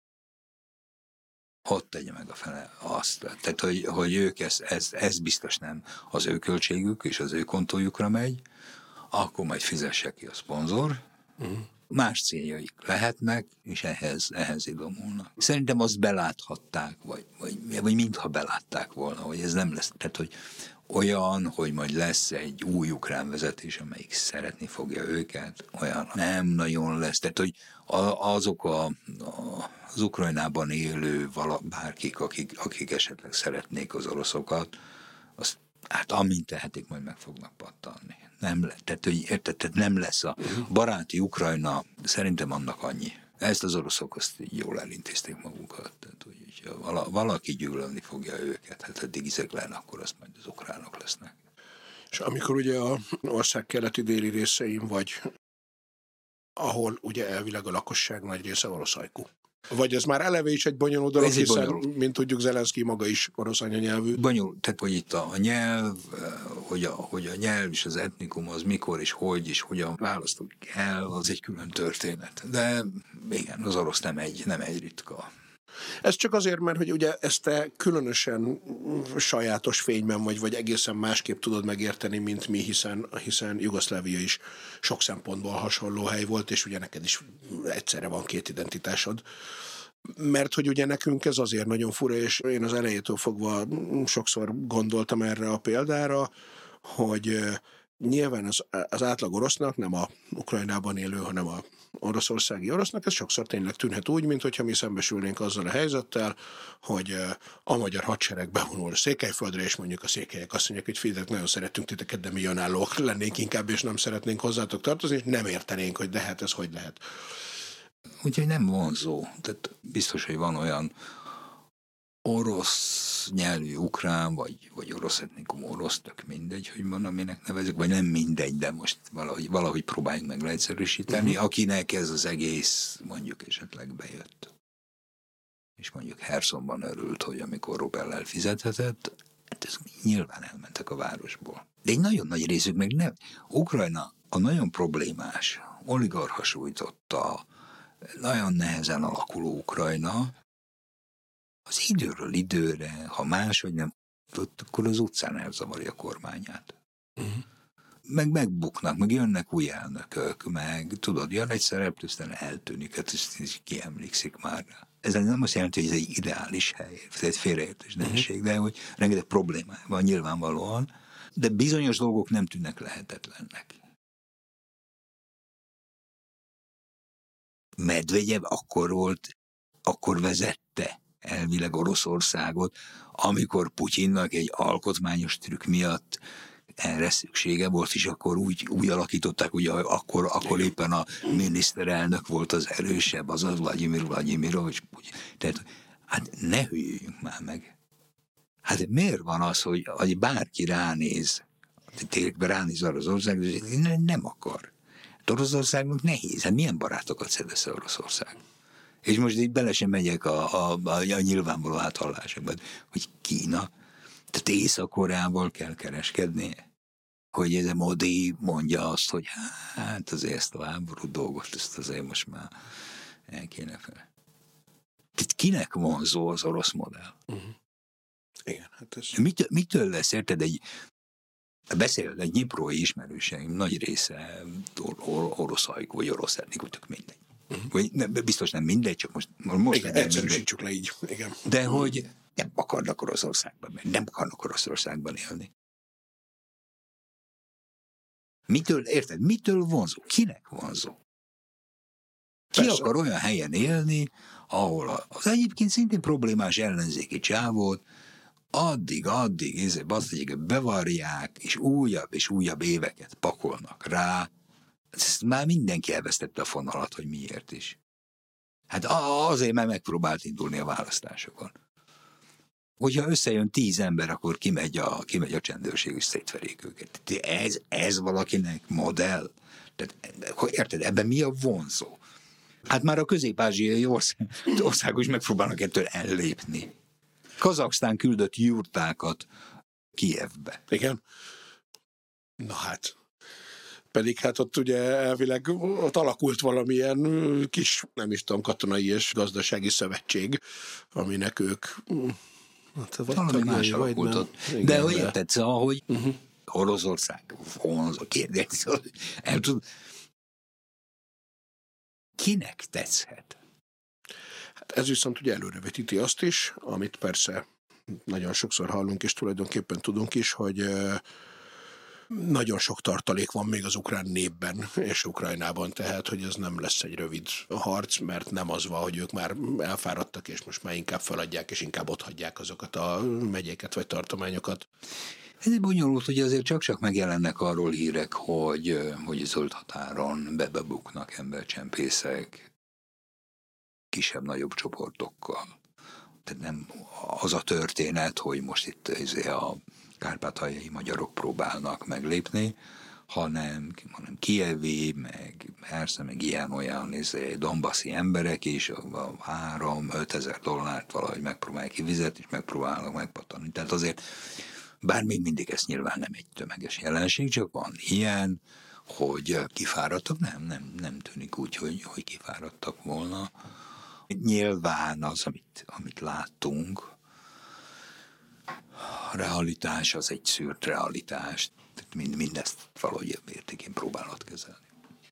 Ott tegye meg a fele azt. Tehát, hogy ők ez biztos nem az ő költségük és az ő kontójukra megy, akkor majd fizesse ki a szponzor. Más céljaik lehetnek, és ehhez idomulnak. Szerintem azt beláthatták, vagy mintha belátták volna, hogy ez nem lesz. Tehát, hogy olyan, hogy majd lesz egy új ukrán vezetés, amelyik szeretni fogja őket, olyan nem nagyon lesz. Tehát, hogy azok az Ukrajnában élő bárkik, akik esetleg szeretnék az oroszokat, azt hát amint tehetik, majd meg fognak pattanni. Tehát nem lesz a baráti Ukrajna, szerintem annak annyi. Ezt az oroszok azt jól elintézték magukat. Tehát, hogy valaki gyűlölni fogja őket, hát eddig izeglen, akkor azt majd az ukránok lesznek. És amikor ugye az ország keleti-déli részein vagy, ahol ugye elvileg a lakosság nagy része orosz ajkú. Vagy ez már eleve is egy bonyolult dolog, hiszen, mint tudjuk, Zelenszkij maga is orosz anyanyelvű. Bonyolult, tehát hogy itt a nyelv, hogy a nyelv és az etnikum az mikor és hogyan választódik el, az egy külön történet. De igen, az orosz nem egy ritka. Ez csak azért, mert hogy ugye ezt te különösen sajátos fényben vagy egészen másképp tudod megérteni, mint mi, hiszen Jugoszlávia is sok szempontból hasonló hely volt, és ugye neked is egyszerre van két identitásod. Mert hogy ugye nekünk ez azért nagyon fura, és én az elejétől fogva sokszor gondoltam erre a példára, hogy nyilván az átlag orosznak, nem a Ukrajnában élő, hanem a oroszországi orosznak, ez sokszor tényleg tűnhet úgy, mintha mi szembesülnénk azzal a helyzettel, hogy a magyar hadsereg bevonul a Székelyföldre, és mondjuk a székelyek azt mondják, hogy figyeljetek, nagyon szeretünk titeket, de mi önállóak lennénk inkább, és nem szeretnénk hozzátok tartozni, és nem értenénk, hogy de hát ez hogy lehet. Úgyhogy nem vonzó. Tehát biztos, hogy van olyan orosz nyelvű ukrán, vagy orosz etnikum orosz, tök mindegy, hogy van, aminek nevezik, vagy nem mindegy, de most valahogy próbáljunk meg leegyszerűsíteni, akinek ez az egész mondjuk esetleg bejött. És mondjuk Hersonban örült, hogy amikor Rubellel fizethetett, hát ez nyilván elmentek a városból. De egy nagyon nagy részük meg nem. Ukrajna a nagyon problémás, oligarcha sújtotta, nagyon nehezen alakuló Ukrajna, az időről időre, ha máshogy nem, akkor az utcán elzavarja a kormányát. Meg megbuknak, meg jönnek új elnökök, meg tudod, jön egy szereplő, aztán eltűnik, hát és ki emlékszik már rá. Ez nem azt jelenti, hogy ez egy ideális hely, ez egy félreértés nehézség, de hogy rengeteg problémája van nyilvánvalóan, de bizonyos dolgok nem tűnnek lehetetlennek. Medvegyev akkor vezette elvileg Oroszországot, amikor Putyinnak egy alkotmányos trükk miatt erre szüksége volt, és akkor úgy alakították, hogy akkor éppen a miniszterelnök volt az erősebb, az Vladimir Vladimirovics. Tehát, hát ne hülyüljünk már meg. Hát miért van az, hogy bárki ránéz, tényleg ránéz arra az ország, nem akar. Oroszországnak nehéz, hát milyen barátokat szed össze Oroszország? És most itt bele sem megyek a nyilvánvaló áthallásokban, hogy Kína, tehát Észak-Koreával kell kereskednie. Hogy ez a Modi mondja azt, hogy hát azért ezt a háború dolgot, ezt azért most már el kéne fel. Tehát kinek vonzó az orosz modell? Igen, hát ez... Mitől lesz, érted, beszél egy nyiprói ismerőseim nagy része oroszajkú, vagy orosz etnik, tök mindegy. Vagy biztos nem mindegy, csak most igen, egyszerűsítsük le így. Igen. De hogy nem akarnak Oroszországban menni, nem akarnak Oroszországban élni. Mitől vonzó? Kinek vonzó? Ki Persze. akar olyan helyen élni, ahol az egyébként szintén problémás ellenzéki csávót addig bevarják, és újabb éveket pakolnak rá. Ezt már mindenki elvesztette a fonalat, hogy miért is. Hát azért már megpróbált indulni a választásokon. Hogyha összejön 10 ember, akkor kimegy a csendőrség, és szétverik őket. Ez valakinek modell? Tehát, érted, ebben mi a vonzó? Hát már a közép-ázsiai országok is megpróbálnak ettől ellépni. Kazaksztán küldött jurtákat Kijevbe. Igen. Na hát. Pedig hát ott ugye elvileg ott alakult valamilyen kis, nem is tudom, katonai és gazdasági szövetség, aminek ők... Hát, valami más alakult ott. De hogy érted, szóval, hogy Oroszország vonzó kérdés, el tud... Kinek tetszhet? Hát ez viszont ugye előrevetíti azt is, amit persze nagyon sokszor hallunk, és tulajdonképpen tudunk is, hogy nagyon sok tartalék van még az ukrán népben és Ukrajnában, tehát, hogy ez nem lesz egy rövid harc, mert nem az van, hogy ők már elfáradtak, és most már inkább feladják, és inkább otthagyják azokat a megyéket vagy tartományokat. Ez egy bonyolult, hogy azért csak megjelennek arról hírek, hogy zöld határon bebuknak embercsempészek kisebb-nagyobb csoportokkal. Tehát nem az a történet, hogy most itt a kárpátaljai magyarok próbálnak meglépni, hanem kijevi, meg Hersze, meg ilyen-olyan donbaszi emberek is a 3-5 ezer dollárt valahogy megpróbálják kifizetni, és megpróbálnak megpattanni. Tehát azért, bár még mindig ez nyilván nem egy tömeges jelenség, csak van ilyen, hogy kifáradtak, nem tűnik úgy, hogy kifáradtak volna. Nyilván az, amit láttunk, a realitás az egy szűrt realitás, mindezt valahogy értékén próbálod kezelni.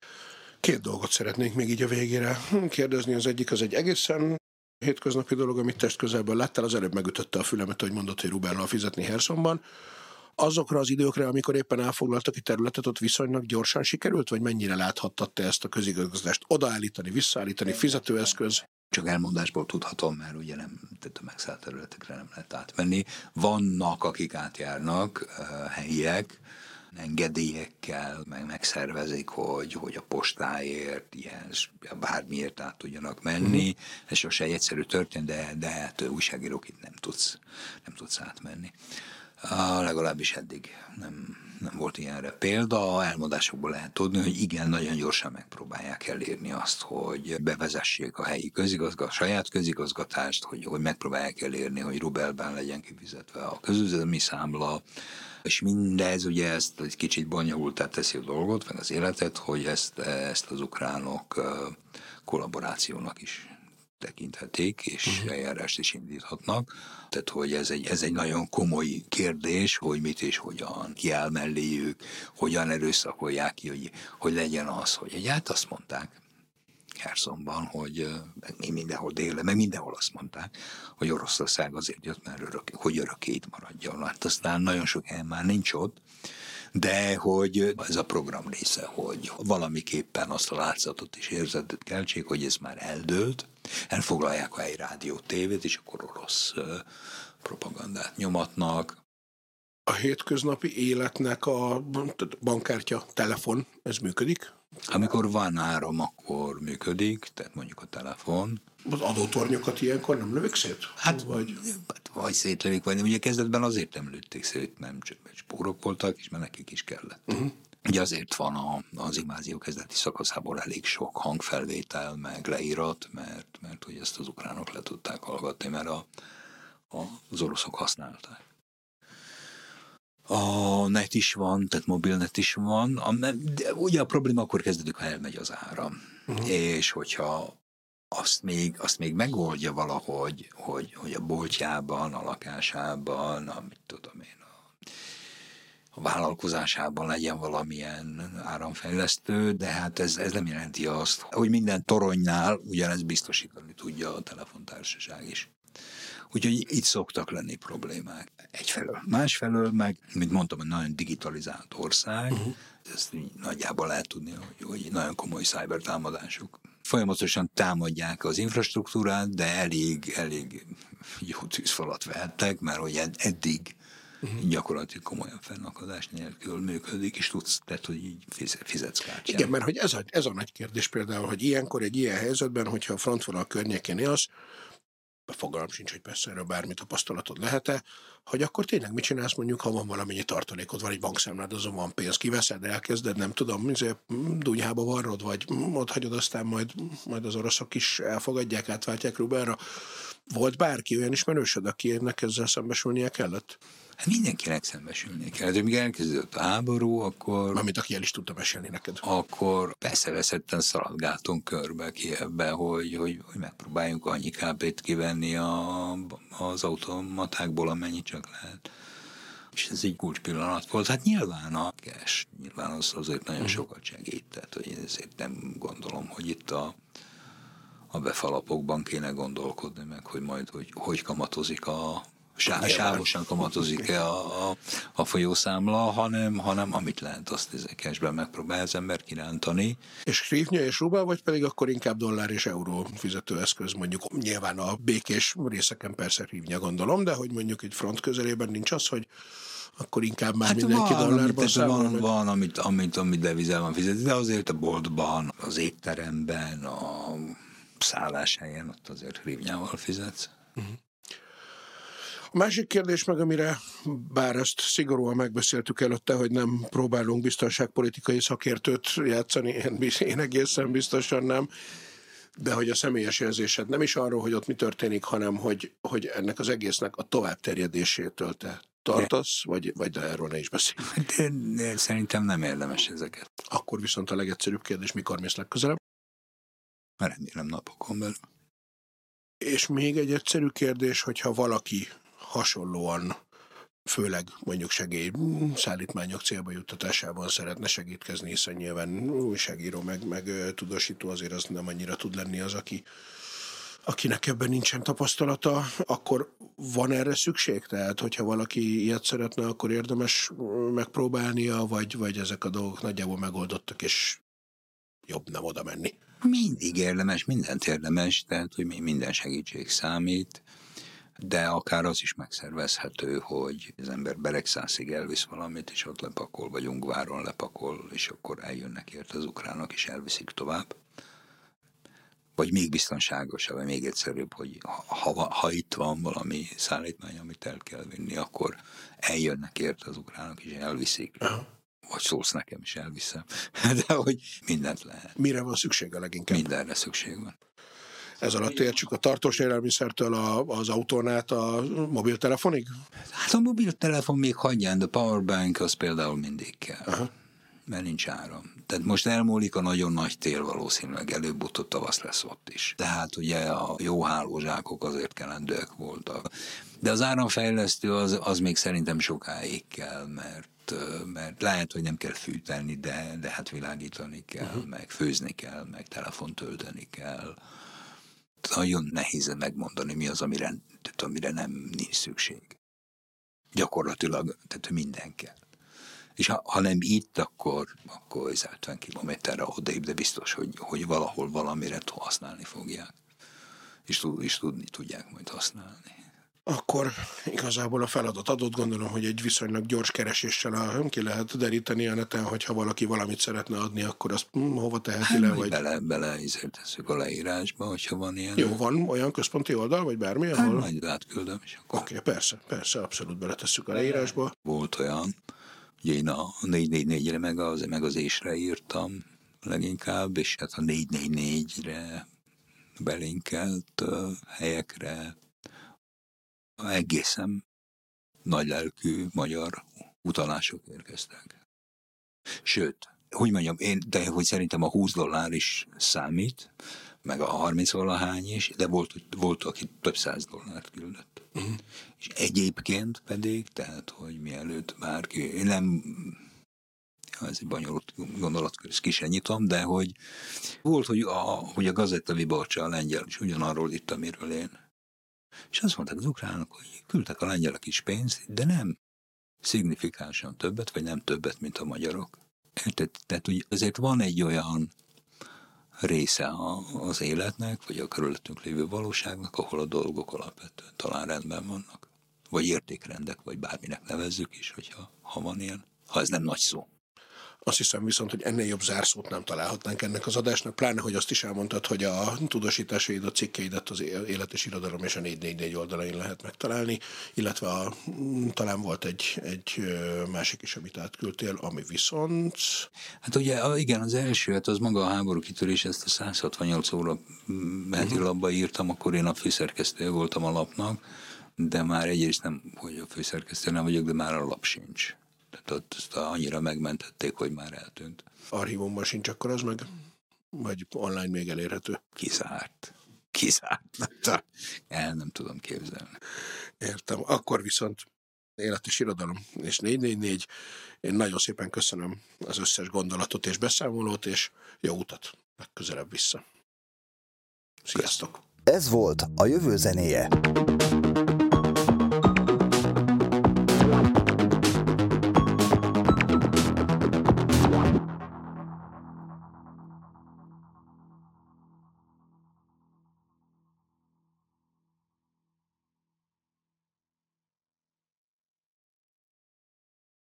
2 dolgot szeretnék még így a végére kérdezni. Az egyik az egy egészen hétköznapi dolog, amit testközelből láttál, az előbb megütötte a fülemet, hogy mondott, hogy rubellal fizetni Hersonban. Azokra az időkre, amikor éppen elfoglaltak egy területet, ott viszonylag gyorsan sikerült, vagy mennyire láthattad te ezt a közigazgatást odaállítani, visszaállítani, fizetőeszköz? Csak elmondásból tudhatom, mert ugye tehát a megszállt területekre nem lehet átmenni. Vannak, akik átjárnak, helyiek, engedélyekkel, megszervezik, hogy a postáért, ilyen, bármiért át tudjanak menni. Ez sose egy egyszerű történet, de hát újságírók itt nem tudsz átmenni. Legalábbis eddig nem volt ilyenre példa. Elmondásokból lehet tudni, hogy igen, nagyon gyorsan megpróbálják elérni azt, hogy bevezessék a helyi saját közigazgatást, hogy megpróbálják elérni, hogy rubelben legyen kifizetve a közüzemi számla, és mindez ugye ezt egy kicsit bonyolultá teszi a dolgot, meg az életet, hogy ezt az ukránok kollaborációnak is tekinthetik, és eljárást is indíthatnak. Tehát, hogy ez egy nagyon komoly kérdés, hogy mit és hogyan kiáll melléjük, hogyan erőszakolják ki, hogy legyen az, hogy hát azt mondták Hersonban, hogy meg mindenhol délen, meg mindenhol azt mondták, hogy Oroszország azért jött, mert hogy örökké itt maradjon. Hát aztán nagyon sok helyen már nincs ott, de hogy ez a program része, hogy valamiképpen azt a látszatot és érzetet keltsék, hogy ez már eldőlt, elfoglalják a helyi rádiót, tévét, és akkor orosz propagandát nyomatnak. A hétköznapi életnek a bankkártya, telefon, ez működik? Amikor van áram, akkor működik, tehát mondjuk a telefon. Az adótornyokat ilyenkor nem lövik szét? Hát vagy szétlövik, vagy ugye kezdetben azért nem lőtték szét, nem csak spórok voltak, és mert nekik is kellett. Ugye azért van az invázió kezdeti szakaszából elég sok hangfelvétel, meg leírat, mert hogy ezt az ukránok le tudták hallgatni, mert az oroszok használták. A net is van, tehát mobilnet is van, de ugye a probléma akkor kezdődik, ha elmegy az áram. És hogyha azt még megoldja valahogy, hogy a boltjában, a lakásában, amit tudom én, a vállalkozásában legyen valamilyen áramfejlesztő, de hát ez nem jelenti azt, hogy minden toronynál ugyanezt biztosítani tudja a telefontársaság is. Úgyhogy itt szoktak lenni problémák. Egyfelől. Másfelől meg, mint mondtam, egy nagyon digitalizált ország, ezt nagyjából lehet tudni, hogy nagyon komoly cybertámadások folyamatosan támadják az infrastruktúrát, de elég jó tűzfalat vehettek, mert hogy eddig gyakorlatilag komolyan fennakadás nélkül működik, és tudsz, tehát, hogy így fizetsz kártyán. Igen, mert hogy ez a nagy kérdés például, hogy ilyenkor egy ilyen helyzetben, hogyha a frontvonal környékén élsz, fogalmam sincs, hogy persze erről bármi tapasztalatod lehet-e, hogy akkor tényleg mit csinálsz, mondjuk, ha van valamennyi tartalékod, van egy bankszámlád, azon van pénz, kiveszed, elkezded, nem tudom, dunyhába varrod, vagy ott hagyod, aztán majd az oroszok is elfogadják, átváltják rubelra. Volt bárki olyan ismerősöd, akinek ezzel szembesülnie kellett? Hát mindenkinek szembesülnie kellett. Amíg elkezdődött a háború, akkor... Amit aki el is tudta mesélni neked. Akkor beszeveszetten szaladgáltunk körbe Kijevbe, hogy megpróbáljunk annyi kábét kivenni az automatákból, amennyi csak lehet. És ez egy kulcs pillanat volt. Hát nyilván a cash, nyilván az azért nagyon sokat segít. Tehát, hogy ezért nem gondolom, hogy itt a befalapokban kéne gondolkodni meg, hogy majd hogy kamatozik sávosan kamatozik-e a folyószámla, hanem amit lehet, azt cashben megpróbál az ember kirántani. És hrivnya és rubel, vagy pedig akkor inkább dollár és euró fizetőeszköz, mondjuk nyilván a békés részeken persze hrivnya gondolom, de hogy mondjuk egy front közelében nincs az, hogy akkor inkább már mindenki dollárban számol. Van, amit devizában fizet, de azért a boltban, az étteremben, a szálláshelyen ott azért hrivnyával fizetsz. A másik kérdés meg, amire, bár ezt szigorúan megbeszéltük előtte, hogy nem próbálunk biztonságpolitikai szakértőt játszani, én egészen biztosan nem, de hogy a személyes érzésed nem is arról, hogy ott mi történik, hanem hogy ennek az egésznek a továbbterjedésétől te tartasz, vagy de erről ne is beszélj. De szerintem nem érdemes ezeket. Akkor viszont a legegyszerűbb kérdés, mikor mész legközelebb? Remélem napokon belül. És még egy egyszerű kérdés, hogyha valaki hasonlóan, főleg mondjuk segélyszállítmányok célba juttatásában szeretne segítkezni, hiszen nyilván újságíró meg tudósító azért az nem annyira tud lenni az, akinek ebben nincsen tapasztalata, akkor van erre szükség? Tehát, hogyha valaki ilyet szeretne, akkor érdemes megpróbálnia, vagy ezek a dolgok nagyjából megoldottak, és jobb nem oda menni? Mindig érdemes, mindent érdemes, tehát hogy minden segítség számít, de akár az is megszervezhető, hogy az ember Beregszászig elvisz valamit, és ott lepakol, vagy Ungváron lepakol, és akkor eljönnek érte az ukránok, és elviszik tovább. Vagy még biztonságosabb, vagy még egyszerűbb, hogy ha itt van valami szállítmány, amit el kell vinni, akkor eljönnek érte az ukránok, és elviszik. Vagy szólsz nekem, is elviszem. De hogy mindent lehet. Mire van szüksége leginkább? Mindenre szükség van. Ez alatt értsük a tartós élelmiszertől az autónát a mobiltelefonig? Hát a mobiltelefon még hagyján, de powerbank az például mindig kell. Aha. Mert nincs áram. Tehát most elmúlik a nagyon nagy tél, valószínűleg előbb-utóbb tavasz lesz ott is. Tehát ugye a jó hálózsákok azért kelendőek voltak. De az áramfejlesztő az még szerintem sokáig kell, mert lehet, hogy nem kell fűteni, de hát világítani kell, meg főzni kell, meg telefont tölteni kell. Nagyon nehéz megmondani, mi az, amire nem nincs szükség. Gyakorlatilag, tehát minden kell. És ha nem itt, akkor 50 kilométerre odébb, de biztos, hogy valahol valamire használni fogják. És tudni tudják majd használni. Akkor igazából a feladat adott, gondolom, hogy egy viszonylag gyors kereséssel ki lehet deríteni a neten, hogyha valaki valamit szeretne adni, akkor azt hova teheti le? Vagy... Bele tesszük a leírásba, hogyha van ilyen. Jó, van olyan központi oldal, vagy bármi, ahol? Majd átküldöm, és akkor... Oké, persze, abszolút beletesszük a leírásba. Volt olyan, Ugye én a 444-re meg az ésre írtam leginkább, és hát a 444-re belinkelt helyekre egészen nagylelkű magyar utalások érkeztek. Sőt, hogy mondjam, de hogy szerintem a $20 is számít, meg a 30 valahány is, de volt aki több $100 küldött. Uh-huh. És egyébként pedig, tehát, hogy mielőtt bárki, én nem, ez egy bonyolult gondolatkör, ezt ki sem nyitom, de hogy volt, hogy a Gazetta Viborcsa, a lengyel is ugyanarról itt, amiről én. És azt mondták az ukránok, hogy küldtek a lengyelek is pénzt, de nem szignifikánsan többet, vagy nem többet, mint a magyarok. Tehát hogy azért van egy olyan része az életnek, vagy a körülöttünk lévő valóságnak, ahol a dolgok alapvetően talán rendben vannak. Vagy értékrendek, vagy bárminek nevezzük is, ha van ilyen. Ha ez nem nagy szó. Azt hiszem viszont, hogy ennél jobb zárszót nem találhatnánk ennek az adásnak, pláne, hogy azt is elmondtad, hogy a tudósításaid, a cikkeidet az Élet és Irodalom és a 444 oldalain lehet megtalálni, illetve talán volt egy másik is, amit átküldtél, ami viszont... Hát ugye igen, az első, hát az maga a háború kitörés, ezt a 168 óra heti lapba írtam, akkor én a főszerkesztő voltam a lapnak, de már egyrészt nem, hogy a főszerkesztő nem vagyok, de már a lap sincs. Tehát ott ezt annyira megmentették, hogy már eltűnt. Archívumban sincs akkor az meg? Vagy online még elérhető? Kizárt. Nem tudom képzelni. Értem. Akkor viszont Élet és Irodalom és 444. Én nagyon szépen köszönöm az összes gondolatot és beszámolót, és jó utat legközelebb vissza. Sziasztok! Ez volt a Jövő zenéje.